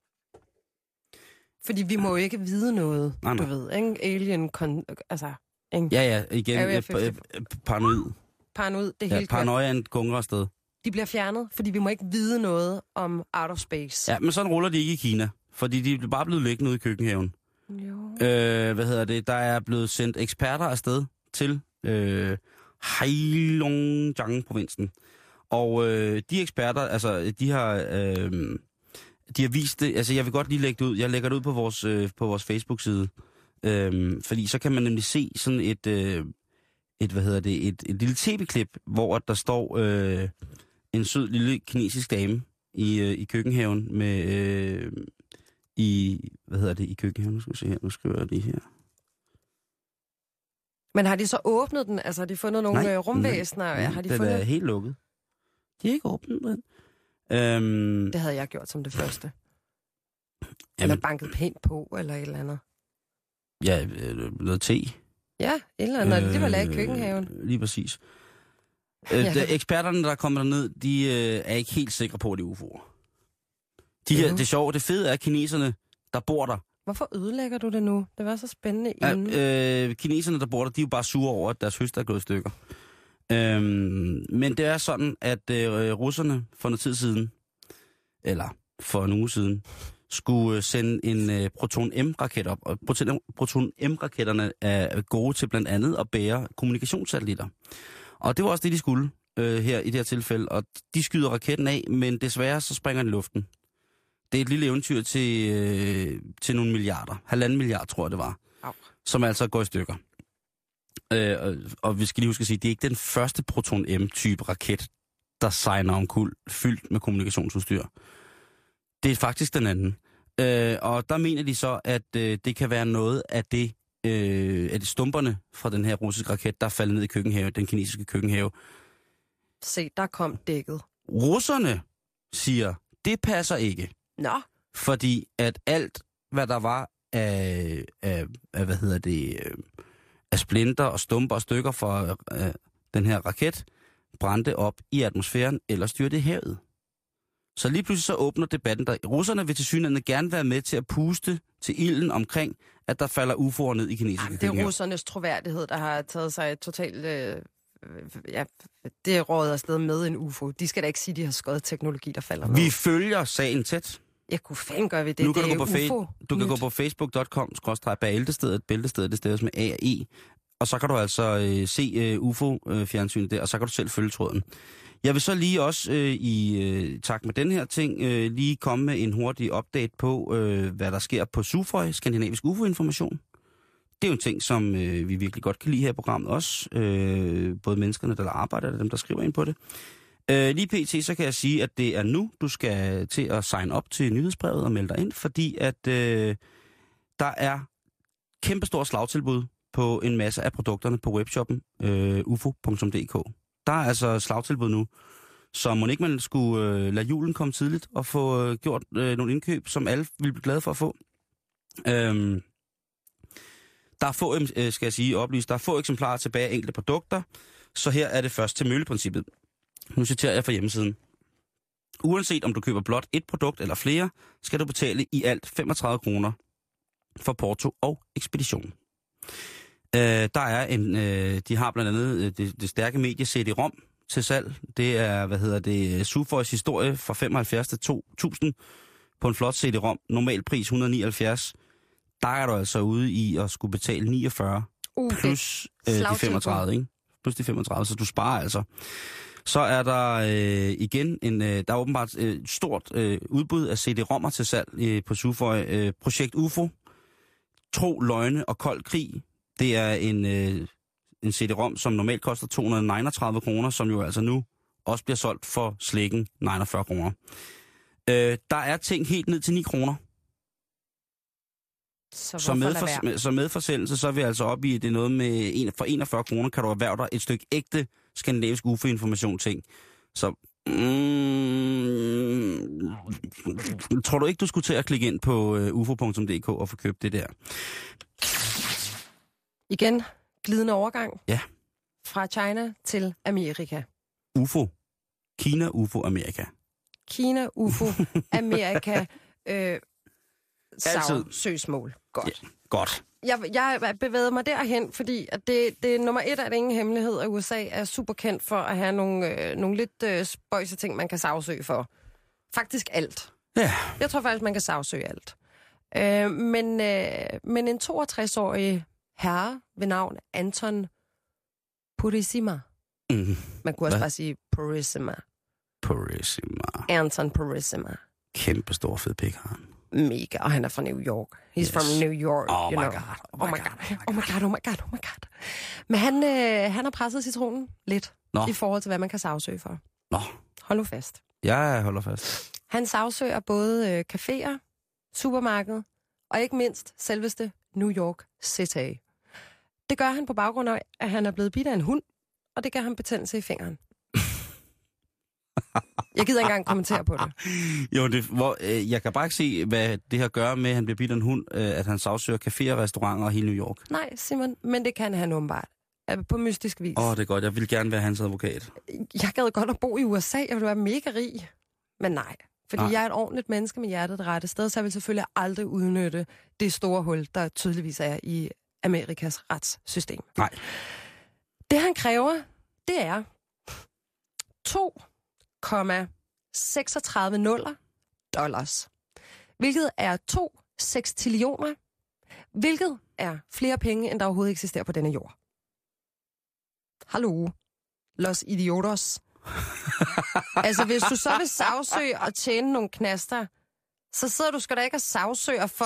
Fordi vi må jo ikke vide noget, du ved, ikke? Alien, altså... Ikke? Ja, igen, paranoid. Paranoid, det hele paranoiaen gungrer afsted. De bliver fjernet, fordi vi må ikke vide noget om out of space. Ja, men sådan ruller de ikke i Kina, fordi de er bare blevet liggende ude i køkkenhaven. Jo. Der er blevet sendt eksperter afsted til Heilongjiang-provinsen. Og de eksperter, altså, de har vist det, altså jeg vil godt lige lægge det ud, jeg lægger det ud på vores Facebook-side, fordi så kan man nemlig se sådan et lille tv-klip, hvor der står en sød lille kinesisk dame i køkkenhaven med i køkkenhaven, nu skal vi se her, nu skriver jeg det her. Men har de så åbnet den? Altså har de fundet nogle rumvæsener? Har de den fundet... er helt lukket. De har ikke åbnet den. Det havde jeg gjort som det første. Eller banket pænt på, eller et eller andet. Ja, noget te. Ja, et eller andet. Det var lavet i køkkenhaven. Lige præcis. Eksperterne, der kommer derned, de er ikke helt sikre på, at det er UFO'er. Det sjove, det fede er, kineserne, der bor der. Hvorfor ødelægger du det nu? Det var så spændende inden. Kineserne, der bor der, de er jo bare sure over, at deres høst er gået i stykker. Men det er sådan, at russerne for noget tid siden, eller for en uge siden, skulle sende en Proton-M-raket op. Og Proton-M-raketterne er gode til blandt andet at bære kommunikationssatellitter. Og det var også det, de skulle her i det her tilfælde. Og de skyder raketten af, men desværre så springer den i luften. Det er et lille eventyr til nogle milliarder. 1,5 milliard, tror jeg det var. Som altså går i stykker. Og vi skal lige huske at sige, det er ikke den første Proton-M-type raket, der sejner omkuld fyldt med kommunikationsudstyr. Det er faktisk den anden. Og der mener de så, at det kan være noget af det, stumperne fra den her russiske raket, der er faldet ned i køkkenhave, den kinesiske køkkenhave. Se, der kom dækket. Russerne siger, det passer ikke. Nå. Fordi at alt, hvad der var af splinter og stumper og stykker fra den her raket, brændte op i atmosfæren eller styrte i havet. Så lige pludselig så åbner debatten der. Russerne vil tilsyneladende gerne være med til at puste til ilden omkring, at der falder UFO'er ned i kinesiske køkkenhaver. Det er russernes troværdighed, der har taget sig et totalt det råder afsted med en UFO. De skal da ikke sige, de har skøjet teknologi, der falder ned. Vi følger sagen tæt. Ja, kunne fanden gør vi det? Nu kan det du gå gå på facebook.com/bæltestedet, bæltestedet det stedet med A og E, og så kan du altså se UFO-fjernsynet der, og så kan du selv følge tråden. Jeg vil så lige også i takt med den her ting lige komme med en hurtig update på, hvad der sker på SUFOI, Skandinavisk UFO-information. Det er jo en ting, som vi virkelig godt kan lide her i programmet også. Både menneskerne, der arbejder, og dem, der skriver ind på det. Lige pt. Så kan jeg sige, at det er nu, du skal til at sign op til nyhedsbrevet og melde dig ind, fordi at der er kæmpestor slagtilbud på en masse af produkterne på webshoppen ufo.dk. Der er altså slagtilbud nu, så må ikke man skulle lade julen komme tidligt og få gjort nogle indkøb, som alle vil blive glade for at få. Der er få, skal jeg sige, oplyst, der er få eksemplarer tilbage af enkelte produkter, så her er det først til mølleprincippet. Nu citerer jeg fra hjemmesiden. Uanset om du køber blot et produkt eller flere, skal du betale i alt 35 kroner for porto og ekspedition. Der er de har blandt andet det stærke medie CD-ROM til salg. Det er, SUFOIs historie fra 75 til 2000 på en flot CD-ROM. Normal pris 179. Der er du altså ude i at skulle betale 49 plus de 35, ikke? Plus de 35, så du sparer altså. Så er der igen der er åbenbart et stort udbud af CD-ROM'er til salg på SUFOI. Projekt UFO, Tro, Løgne og Kold Krig. Det er en CD-ROM, som normalt koster 239 kroner, som jo altså nu også bliver solgt for slækken 49 kroner. Der er ting helt ned til 9 kroner. Så med forsendelse, så er vi altså oppe i, det er noget med, for 41 kroner kan du erhverve dig et stykke ægte skandinavisk UFO-information ting. Så tror du ikke, du skulle til at klikke ind på ufo.dk og få købt det der? Igen, glidende overgang. Ja. Fra China til Amerika. UFO. Kina, UFO, Amerika. Kina, UFO, Amerika. Søgsmål. Godt. Ja, godt. Jeg bevægede mig derhen, fordi at det nummer 1 er det ingen hemmelighed, at USA er super kendt for at have nogle lidt spøjse ting, man kan sagsøge for. Faktisk alt. Ja. Jeg tror faktisk, man kan sagsøge alt. Men en 62-årig herre ved navn Anton Purisima. Man kunne også bare sige Purisima. Anton Purisima. Kæmpe stor fed pik har han. Mega, og han er fra New York. He's from New York, oh my God. Men han har presset citronen lidt i forhold til, hvad man kan sagsøge for. Hold nu fast. Jeg holder fast. Han sagsøger både caféer, supermarked og ikke mindst selveste New York City. Det gør han på baggrund af, at han er blevet bidt af en hund, og det gør han betændelse i fingeren. Jeg gider ikke engang kommentere på det. Jo, jeg kan bare ikke se, hvad det her gør med, at han bliver bidt af en hund, at han sagsøger caféer, restauranter og hele New York. Nej, Simon, men det kan han åbenbart. På mystisk vis. Det er godt. Jeg vil gerne være hans advokat. Jeg gad godt at bo i USA. Jeg ville være mega rig. Men nej. Fordi jeg er et ordentligt menneske med hjertet det rette sted, så jeg vil selvfølgelig aldrig udnytte det store hul, der tydeligvis er i Amerikas retssystem. Nej. Det han kræver, det er 2,36 $, hvilket er 2 sextillioner, hvilket er flere penge, end der overhovedet eksisterer på denne jord. Hallo, los idiotos. Altså, hvis du så vil sagsøge og tjene nogle knaster, så sidder du sgu da ikke og sagsøger for...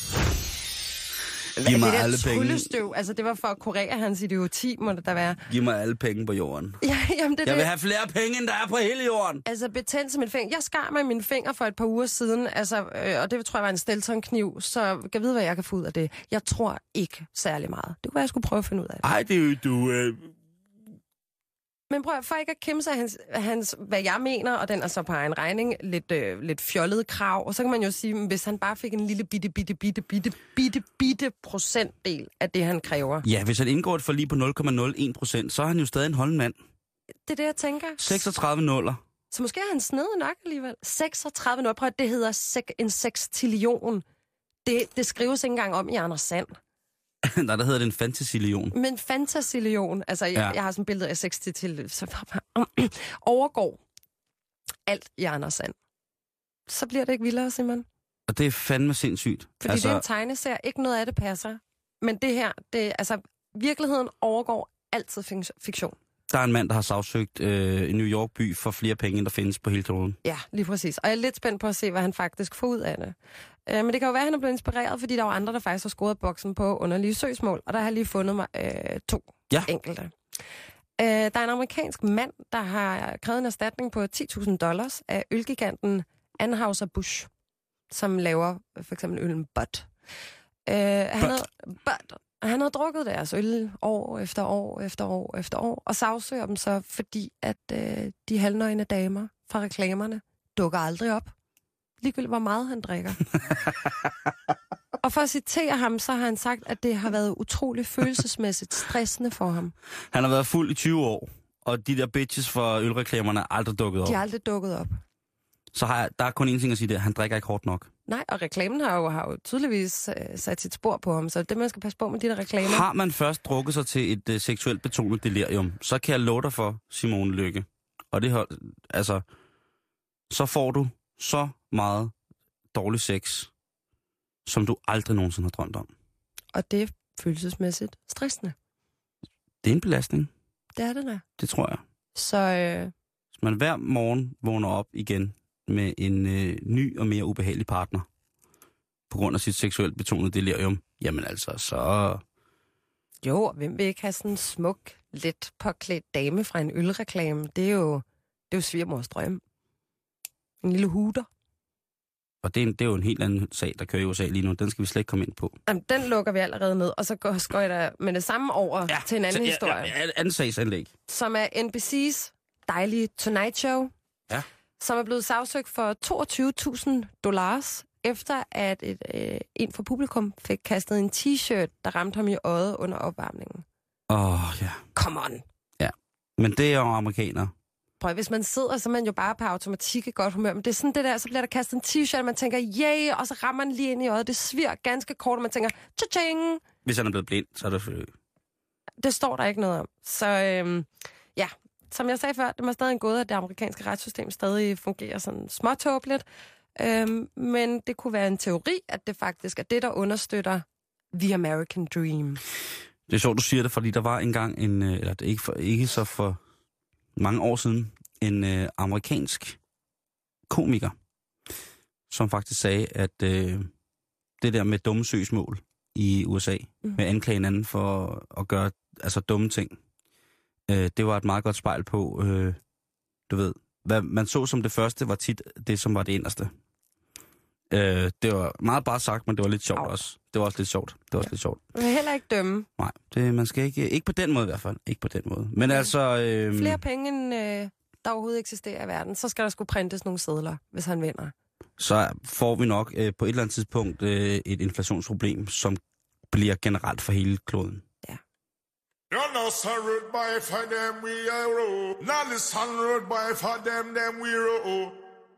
Giv mig det der alle tryllestøv, altså det var for at kurere hans idioti, må det da være. Giv mig alle penge på jorden. Ja, jamen jeg vil have flere penge, end der er på hele jorden. Altså betændelse med finger. Jeg skar mig mine fingre for et par uger siden, og det tror jeg var en Stelton-kniv, så kan jeg vide, hvad jeg kan få ud af det. Jeg tror ikke særlig meget. Det kunne være, jeg skulle prøve at finde ud af det. Ej, det er jo du... Men prøv for ikke at kæmpe sig hans, hvad jeg mener, og den er så på egen regning, lidt fjollet krav. Og så kan man jo sige, hvis han bare fik en lille bitte procentdel af det, han kræver. Ja, hvis han indgår et forlig på 0,01%, så er han jo stadig en holdmand. Det er det, jeg tænker. 36 nuller. Så måske er han snedig nok alligevel. 36 nuller. Prøv at det hedder en sextillion. Det skrives ikke engang om i Anders Sand. Nej, der hedder det en fantasilion. Men fantasilion, altså jeg har sådan et billede af 60 til, så overgår alt i Anders Sand. Så bliver det ikke vildere, Simon. Og det er fandme sindssygt. Fordi det er en tegneserie, ikke noget af det passer. Men det her, virkeligheden overgår altid fiktion. Der er en mand, der har sagsøgt en New York-by for flere penge, end der findes på hele kloden. Ja, lige præcis. Og jeg er lidt spændt på at se, hvad han faktisk får ud af det. Men det kan jo være, at han er blevet inspireret, fordi der var andre, der faktisk har scoret boksen på underlige søgsmål. Og der har jeg lige fundet mig 2 enkelte. Der er en amerikansk mand, der har krævet en erstatning på $10,000 af ølgiganten Anheuser-Busch, som laver for eksempel øllen Bud. Han havde drukket deres øl år efter år efter år efter år, og sagsøger dem så, fordi at de halvnøgne damer fra reklamerne dukker aldrig op. Ligegyldigt hvor meget han drikker. Og for at citere ham, så har han sagt, at det har været utroligt følelsesmæssigt stressende for ham. Han har været fuld i 20 år, og de der bitches fra ølreklamerne er aldrig dukket op. De har aldrig dukket op. Så der er kun en ting at sige, det han drikker ikke hårdt nok. Nej, og reklamen har jo tydeligvis sat sit spor på ham, så det man skal passe på med de der reklamer. Har man først drukket sig til et seksuelt betonet delirium, så kan jeg love dig for, Simone Lykke. Og det så får du så meget dårlig sex, som du aldrig nogensinde har drømt om. Og det er følelsesmæssigt stressende. Det er en belastning. Det er det da. Det tror jeg. Så hvis man hver morgen vågner op igen med en ny og mere ubehagelig partner, på grund af sit seksuelt betonede delirium, jamen altså, så... Jo, hvem vil ikke have sådan en smuk, let påklædt dame fra en ølreklame? Det er jo svigermors drøm. En lille huder. Og det er jo en helt anden sag, der kører i USA lige nu. Den skal vi slet ikke komme ind på. Jamen, den lukker vi allerede ned, og så går jeg der med det samme over til en anden historie. Ja, anden sagsanlæg. Som er NBC's dejlige Tonight Show. Ja. Som er blevet sagsøgt for $22,000, efter at en fra publikum fik kastet en t-shirt, der ramte ham i øjet under opvarmningen. Ja. Come on. Ja, men det er jo amerikanere. Prøv, hvis man sidder, så er man jo bare på automatik i godt humør. Men det er sådan det der, så bliver der kastet en t-shirt, og man tænker, yay, og så rammer man lige ind i øjet. Det sviger ganske kort, og man tænker, cha-ching. Hvis han er blevet blind, så er det... Det står der ikke noget om. Så ja, som jeg sagde før, det må stadig en gåde, at det amerikanske retssystem stadig fungerer sådan småtåbeligt. Men det kunne være en teori, at det faktisk er det, der understøtter The American Dream. Det er sjovt, du siger det, fordi der var engang ikke så for mange år siden, en amerikansk komiker, som faktisk sagde, at det der med dumme søgsmål i USA, med anklage hinanden for at gøre dumme ting, det var et meget godt spejl på, du ved, hvad man så som det første, var tit det, som var det inderste. Det var meget bare sagt, men det var lidt sjovt også. Det var også lidt sjovt. Man kan heller ikke dømme. Nej, man skal ikke på den måde i hvert fald. Ikke på den måde. Men altså... Flere penge, end der overhovedet eksisterer i verden, så skal der sgu printes nogle sedler, hvis han vinder. Så får vi nok på et eller andet tidspunkt et inflationsproblem, som bliver generelt for hele kloden. Ja. You're not so rude boy for them we are. Not the sun rude boy for them we are.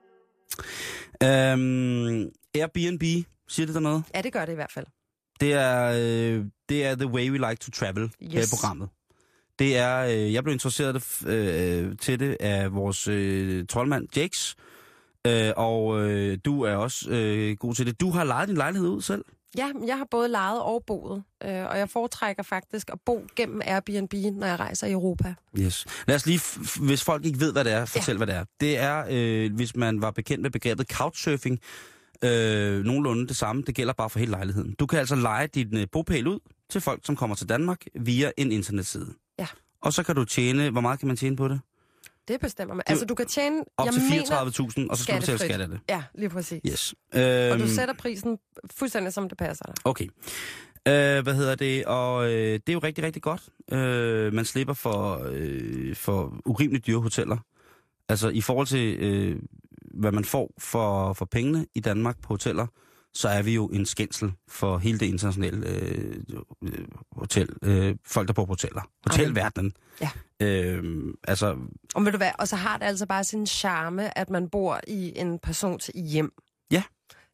Airbnb, siger det der noget? Ja, det gør det i hvert fald. Det er The Way We Like to Travel, her programmet. Det er, jeg blev interesseret til det af vores troldmand, Jakes, og du er også god til det. Du har lejet din lejlighed ud selv? Ja, jeg har både lejet og boet, og jeg foretrækker faktisk at bo gennem Airbnb, når jeg rejser i Europa. Yes. Lad os lige, hvis folk ikke ved, hvad det er, fortæl, hvad det er. Det er, hvis man var bekendt med begrebet couchsurfing, nogenlunde det samme. Det gælder bare for hele lejligheden. Du kan altså leje din bopæl ud til folk, som kommer til Danmark via en internetside. Ja. Og så kan du tjene, hvor meget kan man tjene på det? Det bestemmer man. Altså, du kan tjene... Op til 34.000, og så skal du betale skat af det. Ja, lige præcis. Yes. Og du sætter prisen fuldstændig, som det passer dig. Okay. Hvad hedder det? Og det er jo rigtig, rigtig godt. Man slipper for urimeligt dyre hoteller. Altså, i forhold til, hvad man får for pengene i Danmark på hoteller, så er vi jo en skændsel for hele det internationale hotel. Folk, der bor på hoteller. Hotelverdenen. Ja. Altså... Og ved du hvad, og så har det altså bare sin charme, at man bor i en persons hjem. Ja.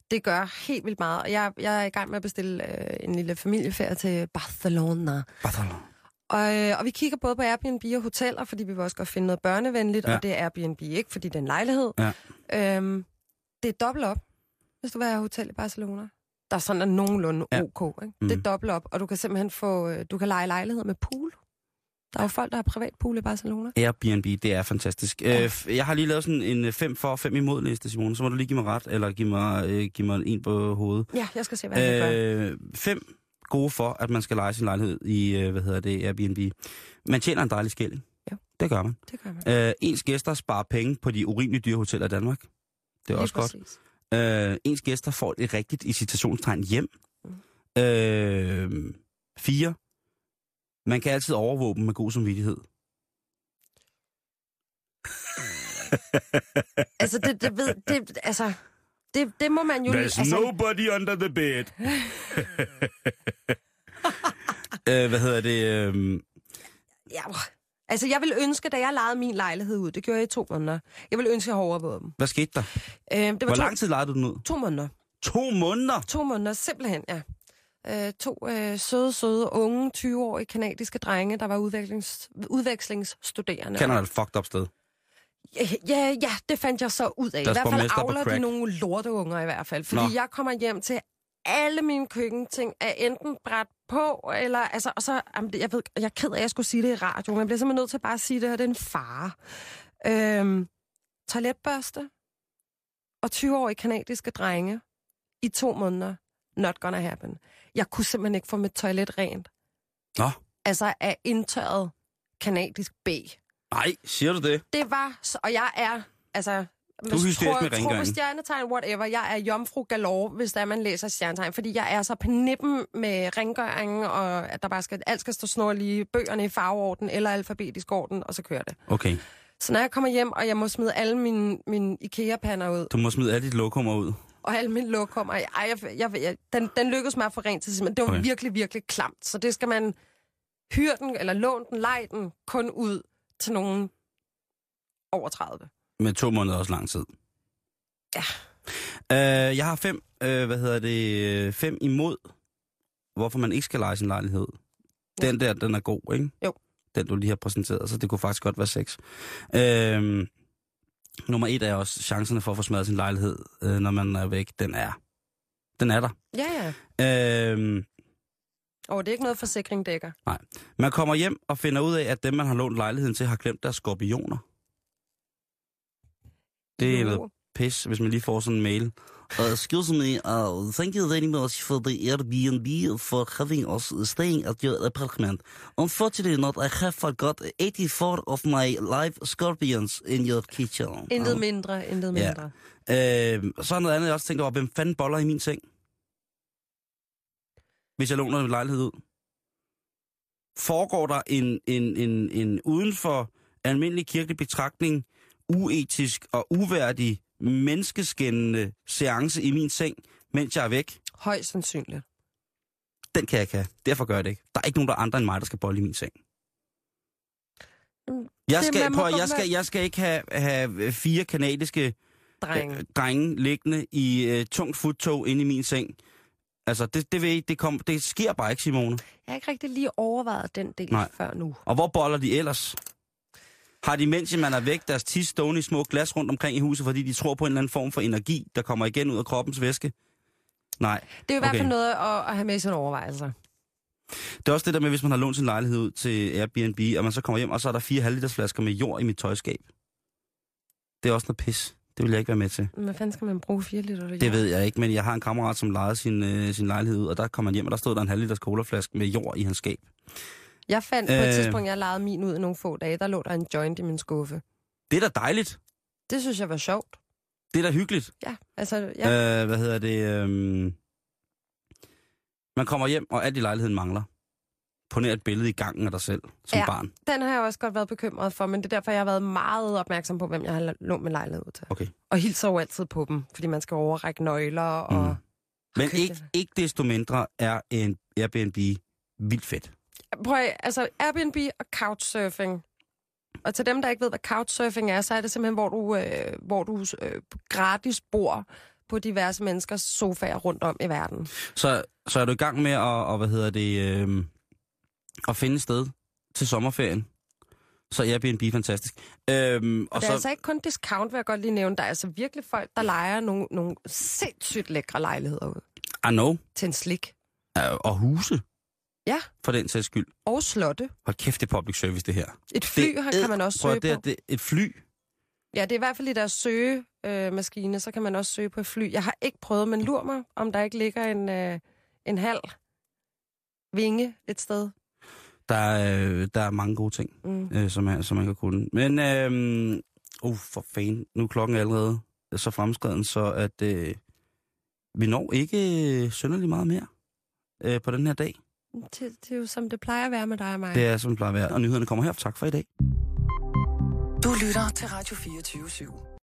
Det gør helt vildt meget, og jeg er i gang med at bestille en lille familieferie til Barcelona. Og vi kigger både på Airbnb og hoteller, fordi vi vil også godt finde noget børnevenligt, og det er Airbnb ikke, fordi det er en lejlighed. Ja. Det er dobbelt op, hvis du vil have hotel i Barcelona. Der er sådan nogenlunde ok, ikke? Det er dobbelt op, og du kan simpelthen du kan leje lejlighed med pool. Der er jo folk, der har privat pool i Barcelona. Airbnb, det er fantastisk. Ja. Jeg har lige lavet sådan en 5 for 5 imod liste, Simone. Så må du lige give mig ret, eller give mig en på hovedet. Ja, jeg skal se, hvad jeg gør. 5 gode for, at man skal leje sin lejlighed i, Airbnb. Man tjener en dejlig skilling. Ja. Det gør man. Ens gæster sparer penge på de urimeligt dyre hoteller i Danmark. Det er lige også præcis. Godt. Ens gæster får et rigtigt i citationstegn hjem. 4. Man kan altid overvåge dem med god samvittighed. Altså, det må man jo... There's nobody under the bed. Ja, altså, jeg ville ønske, da jeg lejede min lejlighed ud, det gjorde jeg i 2 måneder. Jeg ville ønske, at jeg havde overvåget dem. Hvad skete der? Hvor lang tid lejede du den ud? 2 måneder. 2 måneder? 2 måneder, simpelthen, ja. 2 søde, unge, 20-årige kanadiske drenge, der var udvekslingsstuderende. Kender du et fucked up sted? Ja, det fandt jeg så ud af. I hvert fald avler de nogle lorteunger i hvert fald. Fordi jeg kommer hjem til alle mine køkkenting er enten bræt på, eller altså, og så, jeg er ked af, at jeg skulle sige det i radioen, men jeg bliver simpelthen nødt til bare at sige det her, det er en fare. Toiletbørste og 20-årige kanadiske drenge i 2 måneder. Not gonna happen. Jeg kunne simpelthen ikke få mit toilet rent. Nå. Altså af indtørret kanadisk B. Nej, siger du det? Det var, og jeg er, altså... Du hysterer med rengøringen. Tro stjernetegn, whatever. Jeg er jomfru galore, hvis der man læser stjernetegn, fordi jeg er så på nippen med rengøringen, og at der bare alt skal stå snorlige, bøgerne i farveorden eller alfabetisk orden, og så kører det. Okay. Så når jeg kommer hjem, og jeg må smide alle mine IKEA-pander ud. Du må smide alle dit lokummer ud. Og alle mine lokummer. Den lykkedes mig at få rent til sidst, men det var virkelig, virkelig klamt. Så det skal man hyre den, eller låne den, lege den, kun ud til nogen over 30. Med 2 måneder også lang tid. Ja. Jeg har 5, 5 imod, hvorfor man ikke skal leje sin lejlighed. Ja. Den er god, ikke? Jo. Den, du lige har præsenteret, så det kunne faktisk godt være 6. Nummer 1 er også chancerne for at få smadret sin lejlighed, når man er væk. Den er der. Ja. Det er ikke noget forsikring dækker. Nej. Man kommer hjem og finder ud af, at dem, man har lånt lejligheden til, har glemt deres skorpioner. Det er noget pis, hvis man lige får sådan en mail. Excuse me, thank you very much for the Airbnb for having us staying at your apartment. Unfortunately not, I have forgot 84 of my live scorpions in your kitchen. Intet mindre. Så er noget andet, jeg også tænkte over, hvem fanden boller i min seng? Hvis jeg låner en lejlighed ud. Foregår der en uden for almindelig kirkelig betragtning, uetisk og uværdig, menneskeskændende seance i min seng, mens jeg er væk? Højst sandsynligt. Den kan jeg ikke have. Derfor gør jeg det ikke. Der er ikke nogen, der er andre end mig, der skal bolle i min seng. Jeg skal ikke have 4 kanadiske drenge liggende i tungt futtog inde i min seng. Altså, det sker bare ikke, Simone. Jeg har ikke rigtig lige overvejet den del før nu. Og hvor boller de ellers? Har de, mens man er væk, deres tis stående i små glas rundt omkring i huset, fordi de tror på en eller anden form for energi, der kommer igen ud af kroppens væske? Nej. Det er i hvert fald noget at have med i sine overvejelser. Det er også det der med, hvis man har lånt sin lejlighed ud til Airbnb, og man så kommer hjem, og så er der 4 halvliters flasker med jord i mit tøjskab. Det er også noget pis. Det vil jeg ikke være med til. Hvad fanden skal man bruge 4 liter? Det ved jeg ikke, men jeg har en kammerat, som lejede sin lejlighed ud, og der kom han hjem, og der stod der en halvliters colaflaske med jord i hans skab. Jeg fandt på et tidspunkt, jeg lejede min ud i nogle få dage, der lå der en joint i min skuffe. Det er da dejligt. Det synes jeg var sjovt. Det er da hyggeligt. Ja, altså... Ja. Man kommer hjem, og alt i lejligheden mangler. På nær et billede i gangen af dig selv som barn. Den har jeg også godt været bekymret for, men det er derfor, jeg har været meget opmærksom på, hvem jeg har lånt min lejlighed ud til. Okay. Og hilser jo altid på dem, fordi man skal overrække nøgler og... Men ikke desto mindre er en Airbnb vildt fedt. Prøv altså Airbnb og couchsurfing. Og til dem, der ikke ved, hvad couchsurfing er, så er det simpelthen, hvor du gratis bor på diverse menneskers sofaer rundt om i verden. Så er du i gang med at finde et sted til sommerferien? Så Airbnb er fantastisk. Og det er altså ikke kun discount, vil jeg godt lige nævne. Der er altså virkelig folk, der lejer nogle sindssygt lækre lejligheder ud. I know. Til en slik. Og huse. Ja. For den sags skyld. Og slotte. Hold kæft, det er public service, det her. Et fly kan man også søge på. Et fly? Ja, det er i hvert fald i deres søgemaskine, så kan man også søge på et fly. Jeg har ikke prøvet, men lur mig, om der ikke ligger en halv vinge et sted. Der er mange gode ting, som man kan kunne. Men, for fanden, nu er klokken allerede så fremskreden, så at vi når ikke synderligt meget mere på den her dag. Det er jo som det plejer at være med dig og mig. Det er som det plejer at være, og nyhederne kommer her. Tak for i dag. Du lytter til Radio 24/7.